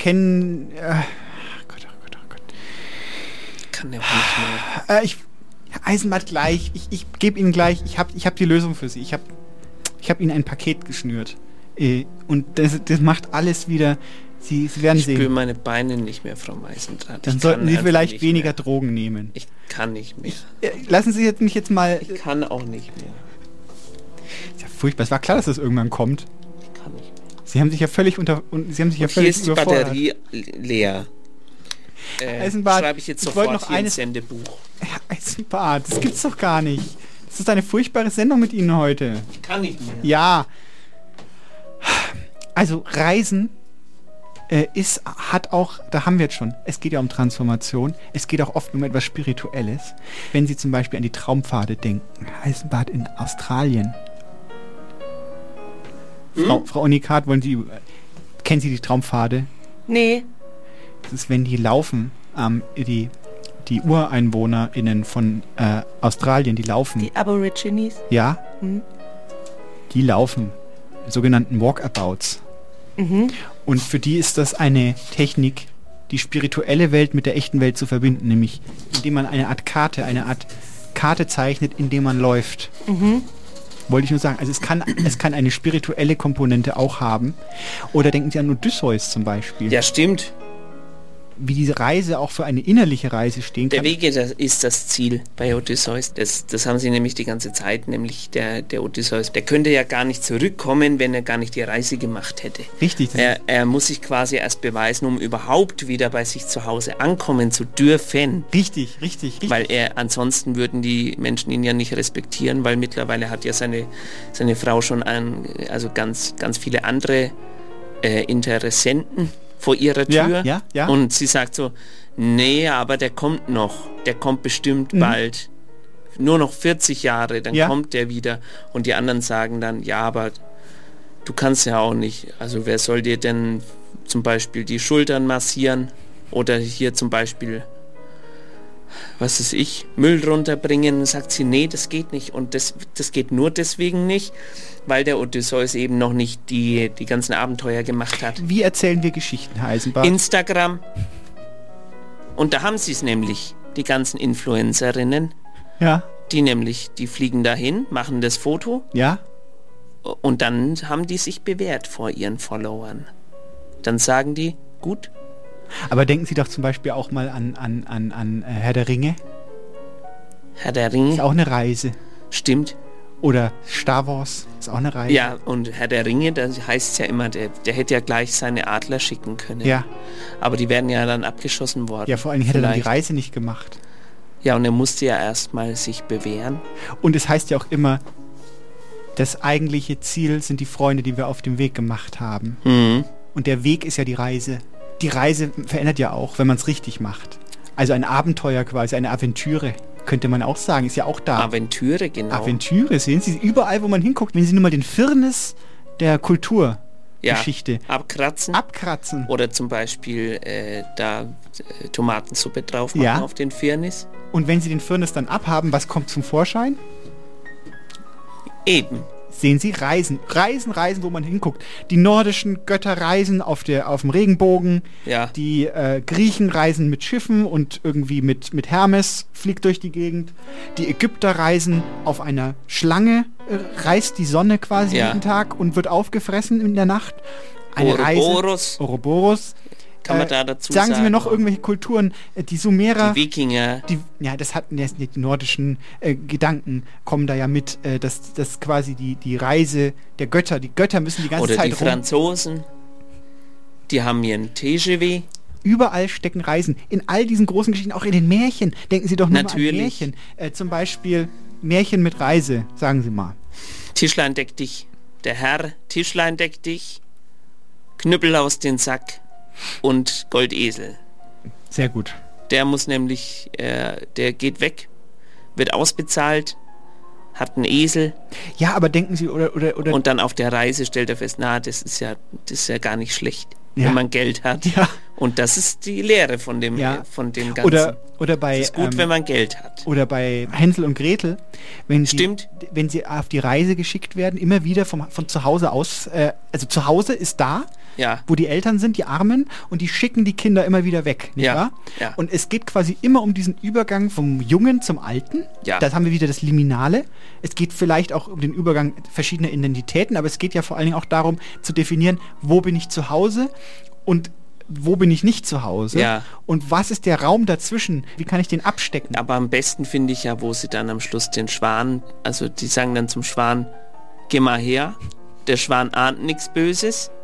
Kann der auch nicht mehr. Herr Eisenbart gleich, ich gebe Ihnen gleich, ich hab die Lösung für Sie. Ich hab Ihnen ein Paket geschnürt. Und das macht alles wieder, Sie werden sehen. Ich spüre meine Beine nicht mehr, Frau Meisendrath. Dann sollten Sie vielleicht weniger Drogen nehmen. Ich kann nicht mehr. Lassen Sie mich jetzt mal... Ich kann auch nicht mehr. Ist ja furchtbar, es war klar, dass das irgendwann kommt. Ich kann nicht mehr. Sie haben sich ja völlig Hier ist die Batterie leer. Eisenbart, schreibe ich jetzt sofort hier ins Sendebuch. Herr Eisenbart, das gibt's doch gar nicht. Das ist eine furchtbare Sendung mit Ihnen heute. Kann nicht mehr. Ja. Also Reisen hat auch, da haben wir jetzt schon, es geht ja um Transformation, es geht auch oft um etwas Spirituelles. Wenn Sie zum Beispiel an die Traumpfade denken, Eisenbad in Australien. Frau Unikat, kennen Sie die Traumpfade? Nee. Das ist, wenn die laufen, die UreinwohnerInnen von Australien, die laufen. Die Aborigines? Ja. Die laufen, sogenannten Walkabouts. Und für die ist das eine Technik, die spirituelle Welt mit der echten Welt zu verbinden, nämlich indem man eine Art Karte zeichnet, indem man läuft. Wollte ich nur sagen, also es kann eine spirituelle Komponente auch haben. Oder denken Sie an Odysseus zum Beispiel. Ja, stimmt. Wie diese Reise auch für eine innerliche Reise stehen kann. Der Weg ist das Ziel bei Odysseus. Das haben sie nämlich die ganze Zeit, nämlich der Odysseus. Der könnte ja gar nicht zurückkommen, wenn er gar nicht die Reise gemacht hätte. Richtig. Er muss sich quasi erst beweisen, um überhaupt wieder bei sich zu Hause ankommen zu dürfen. Richtig. Weil ansonsten würden die Menschen ihn ja nicht respektieren, weil mittlerweile hat ja seine Frau schon ganz, ganz viele andere Interessenten vor ihrer Tür. Ja. Und sie sagt so, nee, aber der kommt noch. Der kommt bestimmt bald. Nur noch 40 Jahre, dann kommt der wieder. Und die anderen sagen dann, ja, aber du kannst ja auch nicht. Also wer soll dir denn zum Beispiel die Schultern massieren? Oder hier zum Beispiel, was weiß ich, Müll runterbringen? Sagt sie, nee, das geht nicht. Und das geht nur deswegen nicht, weil der Odysseus eben noch nicht die ganzen Abenteuer gemacht hat. Wie erzählen wir Geschichten, Herr Eisenbart? Instagram. Und da haben sie es nämlich, die ganzen Influencerinnen. Ja. Die fliegen dahin, machen das Foto. Ja. Und dann haben die sich bewährt vor ihren Followern. Dann sagen die, gut. Aber denken Sie doch zum Beispiel auch mal an Herr der Ringe. Herr der Ringe. Ist auch eine Reise. Stimmt. Oder Star Wars ist auch eine Reise. Ja, und Herr der Ringe, da heißt es ja immer, der hätte ja gleich seine Adler schicken können. Ja. Aber die werden ja dann abgeschossen worden. Ja, vor allem hätte er dann die Reise nicht gemacht. Ja, und er musste ja erstmal sich bewähren. Und es heißt ja auch immer, das eigentliche Ziel sind die Freunde, die wir auf dem Weg gemacht haben. Und der Weg ist ja die Reise. Die Reise verändert ja auch, wenn man es richtig macht. Also ein Abenteuer quasi, eine Aventüre. Könnte man auch sagen, ist ja auch da. Aventüre, genau. Aventüre, sehen Sie, überall, wo man hinguckt, wenn Sie nur mal den Firnis der Kulturgeschichte abkratzen. Oder zum Beispiel Tomatensuppe drauf machen auf den Firnis. Und wenn Sie den Firnis dann abhaben, was kommt zum Vorschein? Eben. Sehen Sie, Reisen, wo man hinguckt. Die nordischen Götter reisen auf dem Regenbogen. Ja. Die Griechen reisen mit Schiffen und irgendwie mit Hermes fliegt durch die Gegend. Die Ägypter reisen auf einer Schlange, reist die Sonne quasi jeden Tag und wird aufgefressen in der Nacht. Ouroboros. Kann man da dazu sagen? Sie mir noch irgendwelche Kulturen, die Sumerer, die Wikinger, die nordischen Gedanken kommen da ja mit, dass quasi die Reise der Götter, die Götter müssen die ganze Zeit die Franzosen, die haben hier ein TGV. Überall stecken Reisen. In all diesen großen Geschichten, auch in den Märchen. Denken Sie doch nur mal an Märchen. Zum Beispiel Märchen mit Reise, sagen Sie mal. Tischlein deck dich, der Herr, Tischlein deck dich, Knüppel aus den Sack und Goldesel. Sehr gut. Der muss nämlich, der geht weg, wird ausbezahlt, hat einen Esel. Ja, aber denken Sie, oder und dann auf der Reise stellt er fest, das ist ja gar nicht schlecht, wenn man Geld hat. Ja. Und das ist die Lehre von dem Ganzen. Oder bei, es ist gut, wenn man Geld hat. Oder bei Hänsel und Gretel, wenn sie auf die Reise geschickt werden, immer wieder von zu Hause aus, also zu Hause ist da, wo die Eltern sind, die Armen, und die schicken die Kinder immer wieder weg, nicht wahr? Ja. Und es geht quasi immer um diesen Übergang vom Jungen zum Alten. Ja. Da haben wir wieder das Liminale. Es geht vielleicht auch um den Übergang verschiedener Identitäten, aber es geht ja vor allen Dingen auch darum, zu definieren, wo bin ich zu Hause und wo bin ich nicht zu Hause? Ja. Und was ist der Raum dazwischen? Wie kann ich den abstecken? Aber am besten finde ich ja, wo sie dann am Schluss den Schwan, also die sagen dann zum Schwan, geh mal her, der Schwan ahnt nichts Böses,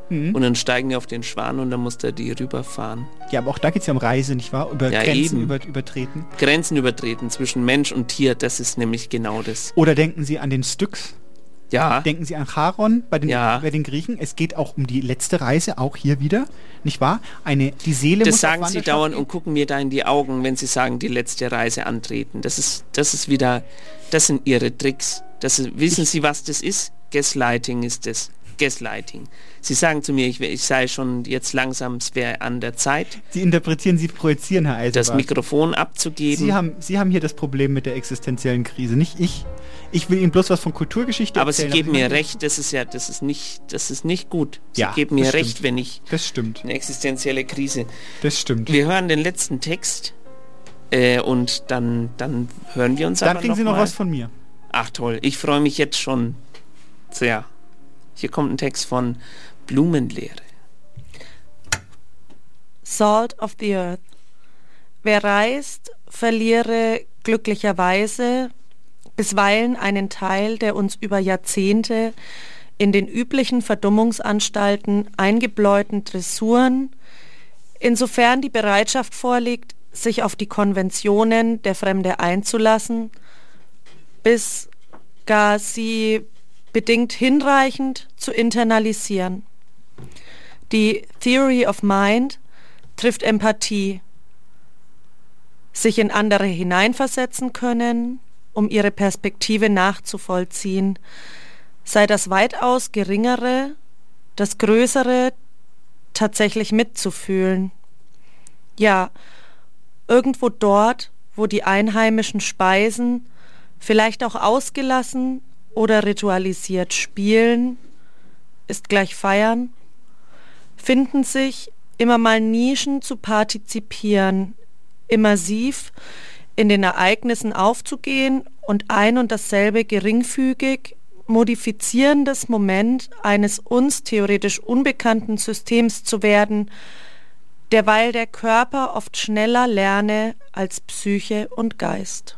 und dann steigen die auf den Schwan und dann muss der die rüberfahren. Ja, aber auch da geht es ja um Reise, nicht wahr? Über Grenzen übertreten. Grenzen übertreten zwischen Mensch und Tier, das ist nämlich genau das. Oder denken Sie an den Styx? Ja. Denken Sie an Charon bei den Griechen? Es geht auch um die letzte Reise, auch hier wieder, nicht wahr? Die Seele muss das sagen Sie Wanderschaft dauernd gehen. und gucken mir da in die Augen, wenn Sie sagen, die letzte Reise antreten. Das ist wieder, das sind Ihre Tricks. Wissen Sie, was das ist? Gaslighting ist das. Gaslighting. Sie sagen zu mir, ich sei schon jetzt langsam, es wäre an der Zeit. Sie interpretieren, Sie projizieren, Herr Eisenbart. Das Mikrofon abzugeben. Sie haben hier das Problem mit der existenziellen Krise, nicht ich. Ich will Ihnen bloß was von Kulturgeschichte aber erzählen. Sie geben mir recht, das ist nicht gut. Sie Ja, geben mir das recht, stimmt. wenn ich Das stimmt. eine existenzielle Krise. Das stimmt. Wir hören den letzten Text und dann hören wir uns Dann aber kriegen Sie noch mal. was von mir. Ach toll, ich freue mich jetzt schon sehr. Hier kommt ein Text von Blumenlehre. Salt of the Earth. Wer reist, verliere glücklicherweise bisweilen einen Teil der uns über Jahrzehnte in den üblichen Verdummungsanstalten eingebläuten Dressuren, insofern die Bereitschaft vorliegt, sich auf die Konventionen der Fremde einzulassen, bis gar sie bedingt hinreichend zu internalisieren. Die Theory of Mind trifft Empathie, sich in andere hineinversetzen können, um ihre Perspektive nachzuvollziehen, sei das weitaus Geringere, das Größere tatsächlich mitzufühlen. Ja, irgendwo dort, wo die einheimischen Speisen vielleicht auch ausgelassen oder ritualisiert spielen, ist gleich feiern, finden sich immer mal Nischen zu partizipieren, immersiv in den Ereignissen aufzugehen und ein und dasselbe geringfügig modifizierendes Moment eines uns theoretisch unbekannten Systems zu werden, derweil der Körper oft schneller lerne als Psyche und Geist.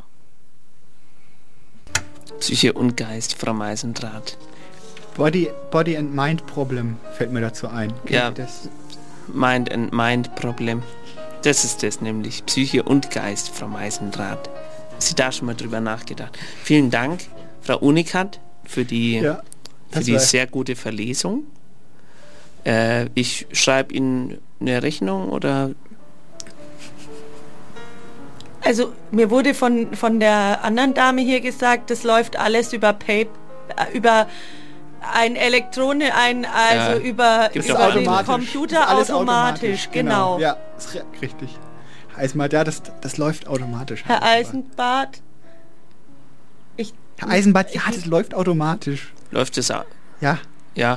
Psyche und Geist, Frau Meisendrath. Body and Mind Problem fällt mir dazu ein. Ja, das? Mind and Mind Problem. Das ist es nämlich. Psyche und Geist, Frau Meisendrath. Sie da schon mal drüber nachgedacht. Vielen Dank, Frau Unikat, für die sehr gute Verlesung. Ich schreibe Ihnen eine Rechnung oder... Also mir wurde von der anderen Dame hier gesagt, das läuft alles über über ein über den Computer automatisch. Genau. Ja, ist richtig. Eisenbart, ja, das läuft automatisch. Herr Eisenbart. Herr Eisenbart, ja, das läuft automatisch. Läuft es auch? Ja. Ja.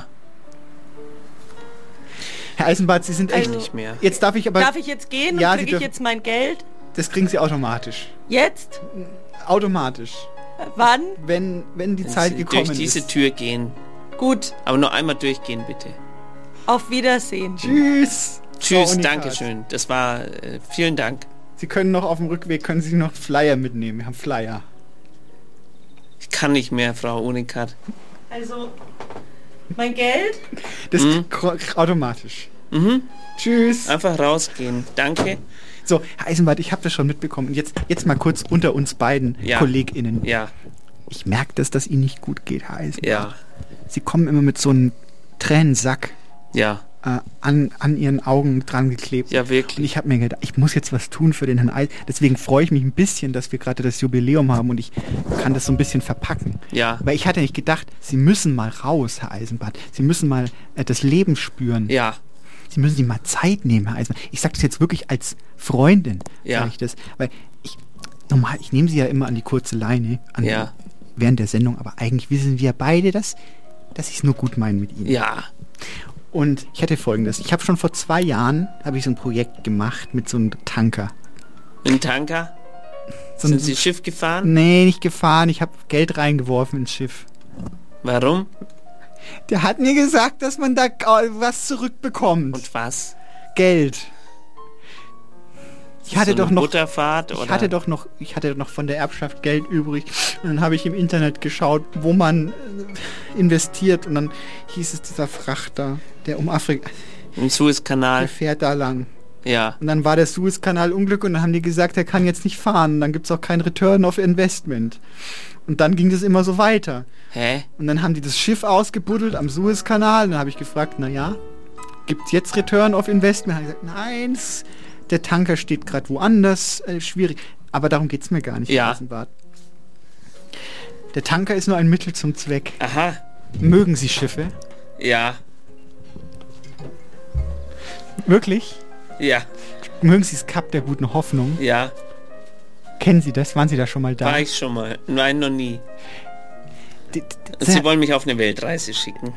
Herr Eisenbart, Sie sind echt nicht mehr. Jetzt darf ich jetzt gehen und kriege ich jetzt mein Geld? Das kriegen Sie automatisch. Jetzt? Automatisch. Wann? Wenn die Zeit gekommen ist. Durch diese Tür gehen. Gut. Aber nur einmal durchgehen, bitte. Auf Wiedersehen. Tschüss. Tschüss, danke schön. Das war, vielen Dank. Sie können noch auf dem Rückweg, können Sie noch Flyer mitnehmen. Wir haben Flyer. Ich kann nicht mehr, Frau Unikat. Also, mein Geld? Das automatisch. Mhm. Tschüss. Einfach rausgehen. Danke. So, Herr Eisenbart, ich habe das schon mitbekommen. Jetzt mal kurz unter uns beiden KollegInnen. Ja. Ich merke, dass das Ihnen nicht gut geht, Herr Eisenbart. Ja. Sie kommen immer mit so einem Tränensack an Ihren Augen dran geklebt. Ja, wirklich. Und ich habe mir gedacht, ich muss jetzt was tun für den Herrn Eisenbart. Deswegen freue ich mich ein bisschen, dass wir gerade das Jubiläum haben und ich kann das so ein bisschen verpacken. Ja. Weil ich hatte nicht gedacht, Sie müssen mal raus, Herr Eisenbart. Sie müssen mal das Leben spüren. Ja. Sie müssen sich mal Zeit nehmen, Herr Eisenbart. Ich sage das jetzt wirklich als Freundin, sage ich das. Weil ich nehme Sie ja immer an die kurze Leine während der Sendung, aber eigentlich wissen wir beide, dass ich es nur gut meine mit Ihnen. Ja. Und ich hatte Folgendes. Ich habe schon vor 2 Jahren so ein Projekt gemacht mit so einem Tanker. Ein Tanker? Sind Sie Schiff gefahren? Nee, nicht gefahren. Ich habe Geld reingeworfen ins Schiff. Warum? Der hat mir gesagt, dass man da was zurückbekommt. Und was? Geld. Ich hatte so doch eine noch Butterfahrt ich oder? hatte doch noch von der Erbschaft Geld übrig und dann habe ich im Internet geschaut, wo man investiert und dann hieß es dieser Frachter, der um Afrika, im Suezkanal. der fährt da lang. Ja. Und dann war der Suezkanal Unglück und dann haben die gesagt, er kann jetzt nicht fahren. Und dann gibt es auch kein Return of Investment. Und dann ging das immer so weiter. Hä? Und dann haben die das Schiff ausgebuddelt am Suezkanal. Und dann habe ich gefragt, naja, gibt es jetzt Return of Investment? Dann haben die gesagt, nein, der Tanker steht gerade woanders. Schwierig. Aber darum geht es mir gar nicht. Ja. Eisenbart. Der Tanker ist nur ein Mittel zum Zweck. Aha. Mögen Sie Schiffe? Ja. Wirklich? Ja. Mögen Sie das Kap der guten Hoffnung? Ja. Kennen Sie das? Waren Sie da schon mal da? War ich schon mal. Nein, noch nie. Sie wollen mich auf eine Weltreise schicken.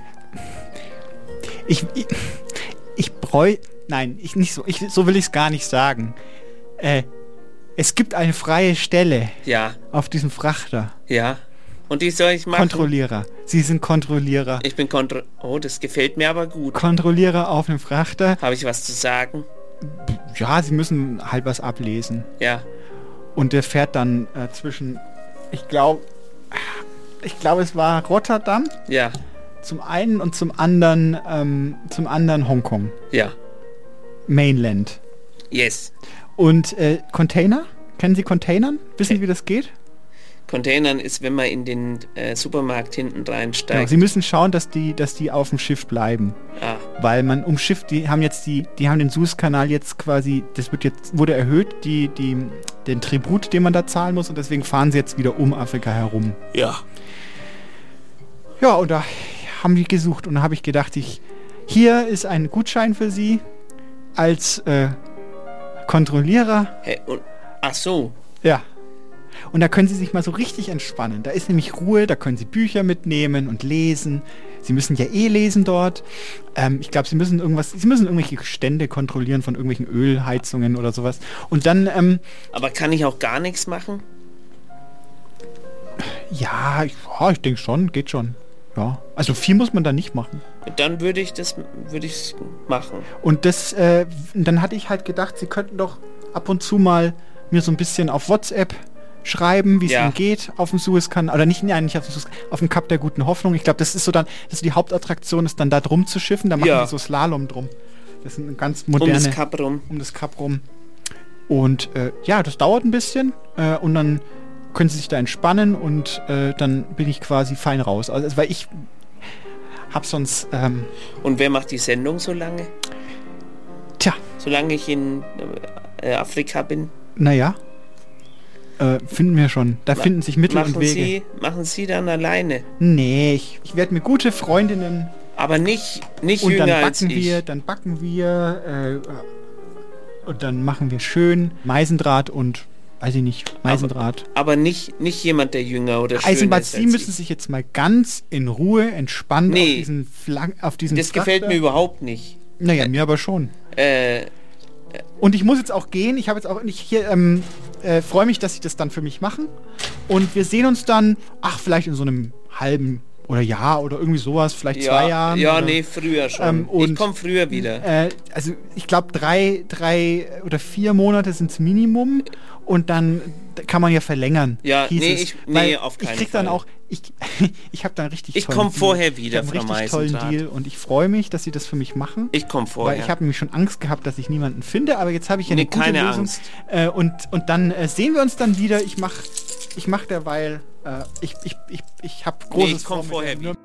Ich bräu... Nein, nicht so. So will ich es gar nicht sagen. Es gibt eine freie Stelle. Ja. Auf diesem Frachter. Ja. Und die soll ich machen? Kontrollierer. Sie sind Kontrollierer. Ich bin Oh, das gefällt mir aber gut. Kontrollierer auf einem Frachter. Habe ich was zu sagen? Ja, Sie müssen halt was ablesen. Ja. Und der fährt dann zwischen... Ich glaube, es war Rotterdam. Ja. Zum einen und zum anderen Hongkong. Ja. Mainland. Yes. Und Container? Kennen Sie Containern? Wissen Sie, wie das geht? Containern ist, wenn man in den Supermarkt hinten reinsteigt. Genau, Sie müssen schauen, dass die auf dem Schiff bleiben. Ah. Weil man um Schiff, die haben den Suezkanal jetzt quasi, wurde erhöht, den Tribut, den man da zahlen muss und deswegen fahren sie jetzt wieder um Afrika herum. Ja. Ja, und da haben die gesucht und da habe ich gedacht, hier ist ein Gutschein für Sie als Kontrollierer. Ach so. Ja. Und da können Sie sich mal so richtig entspannen. Da ist nämlich Ruhe, da können Sie Bücher mitnehmen und lesen. Sie müssen ja lesen dort. Ich glaube, Sie müssen irgendwelche Stände kontrollieren von irgendwelchen Ölheizungen oder sowas. Und dann... Aber kann ich auch gar nichts machen? Ja, ich denke schon, geht schon. Ja. Also viel muss man da nicht machen. Dann würde ich machen. Und dann hatte ich halt gedacht, Sie könnten doch ab und zu mal mir so ein bisschen auf WhatsApp schreiben, wie es Ihnen geht auf dem Suezkanal, oder nicht auf dem Suezkanal, auf dem Kap der guten Hoffnung. Ich glaube, das ist die Hauptattraktion, ist dann da drum zu schiffen, da machen die so Slalom drum. Das sind ganz moderne... Um das Kap rum. Und das dauert ein bisschen und dann können Sie sich da entspannen und dann bin ich quasi fein raus. Also, weil ich habe sonst... Und wer macht die Sendung so lange? Tja. Solange ich in Afrika bin? Naja. Finden wir schon. Da finden sich Mittel und Wege. Machen Sie dann alleine? Nee, ich werde mir gute Freundinnen... Aber nicht und jünger dann als ich. Dann backen wir und dann machen wir schön Meisendraht und weiß ich nicht, Meisendraht. Aber nicht jemand, der jünger oder schöner Eisenbart, ist Sie müssen sich jetzt mal ganz in Ruhe entspannen auf diesen das Frachter. gefällt mir überhaupt nicht. Naja, mir aber schon. Und ich muss jetzt auch gehen. Ich habe jetzt auch nicht hier freue mich, dass Sie das dann für mich machen. Und wir sehen uns dann, vielleicht in so einem halben oder Jahr oder irgendwie sowas, vielleicht 2 Jahren. Ja, oder, nee, früher schon. Ich komme früher wieder. Also ich glaube 3 oder 4 Monate sind das Minimum und dann kann man ja verlängern. Ja, auf keinen Ich krieg Fall. dann auch, ich habe dann richtig Ich komme vorher wieder, Frau Meisendraht. Ich habe einen richtig tollen Deal und ich freue mich, dass Sie das für mich machen. Ich komme vorher. Weil ich habe nämlich schon Angst gehabt, dass ich niemanden finde, aber jetzt habe ich ja eine gute keine Lösung. Angst. Und dann sehen wir uns dann wieder. Ich mach derweil, ich habe großes ich komme vorher wieder.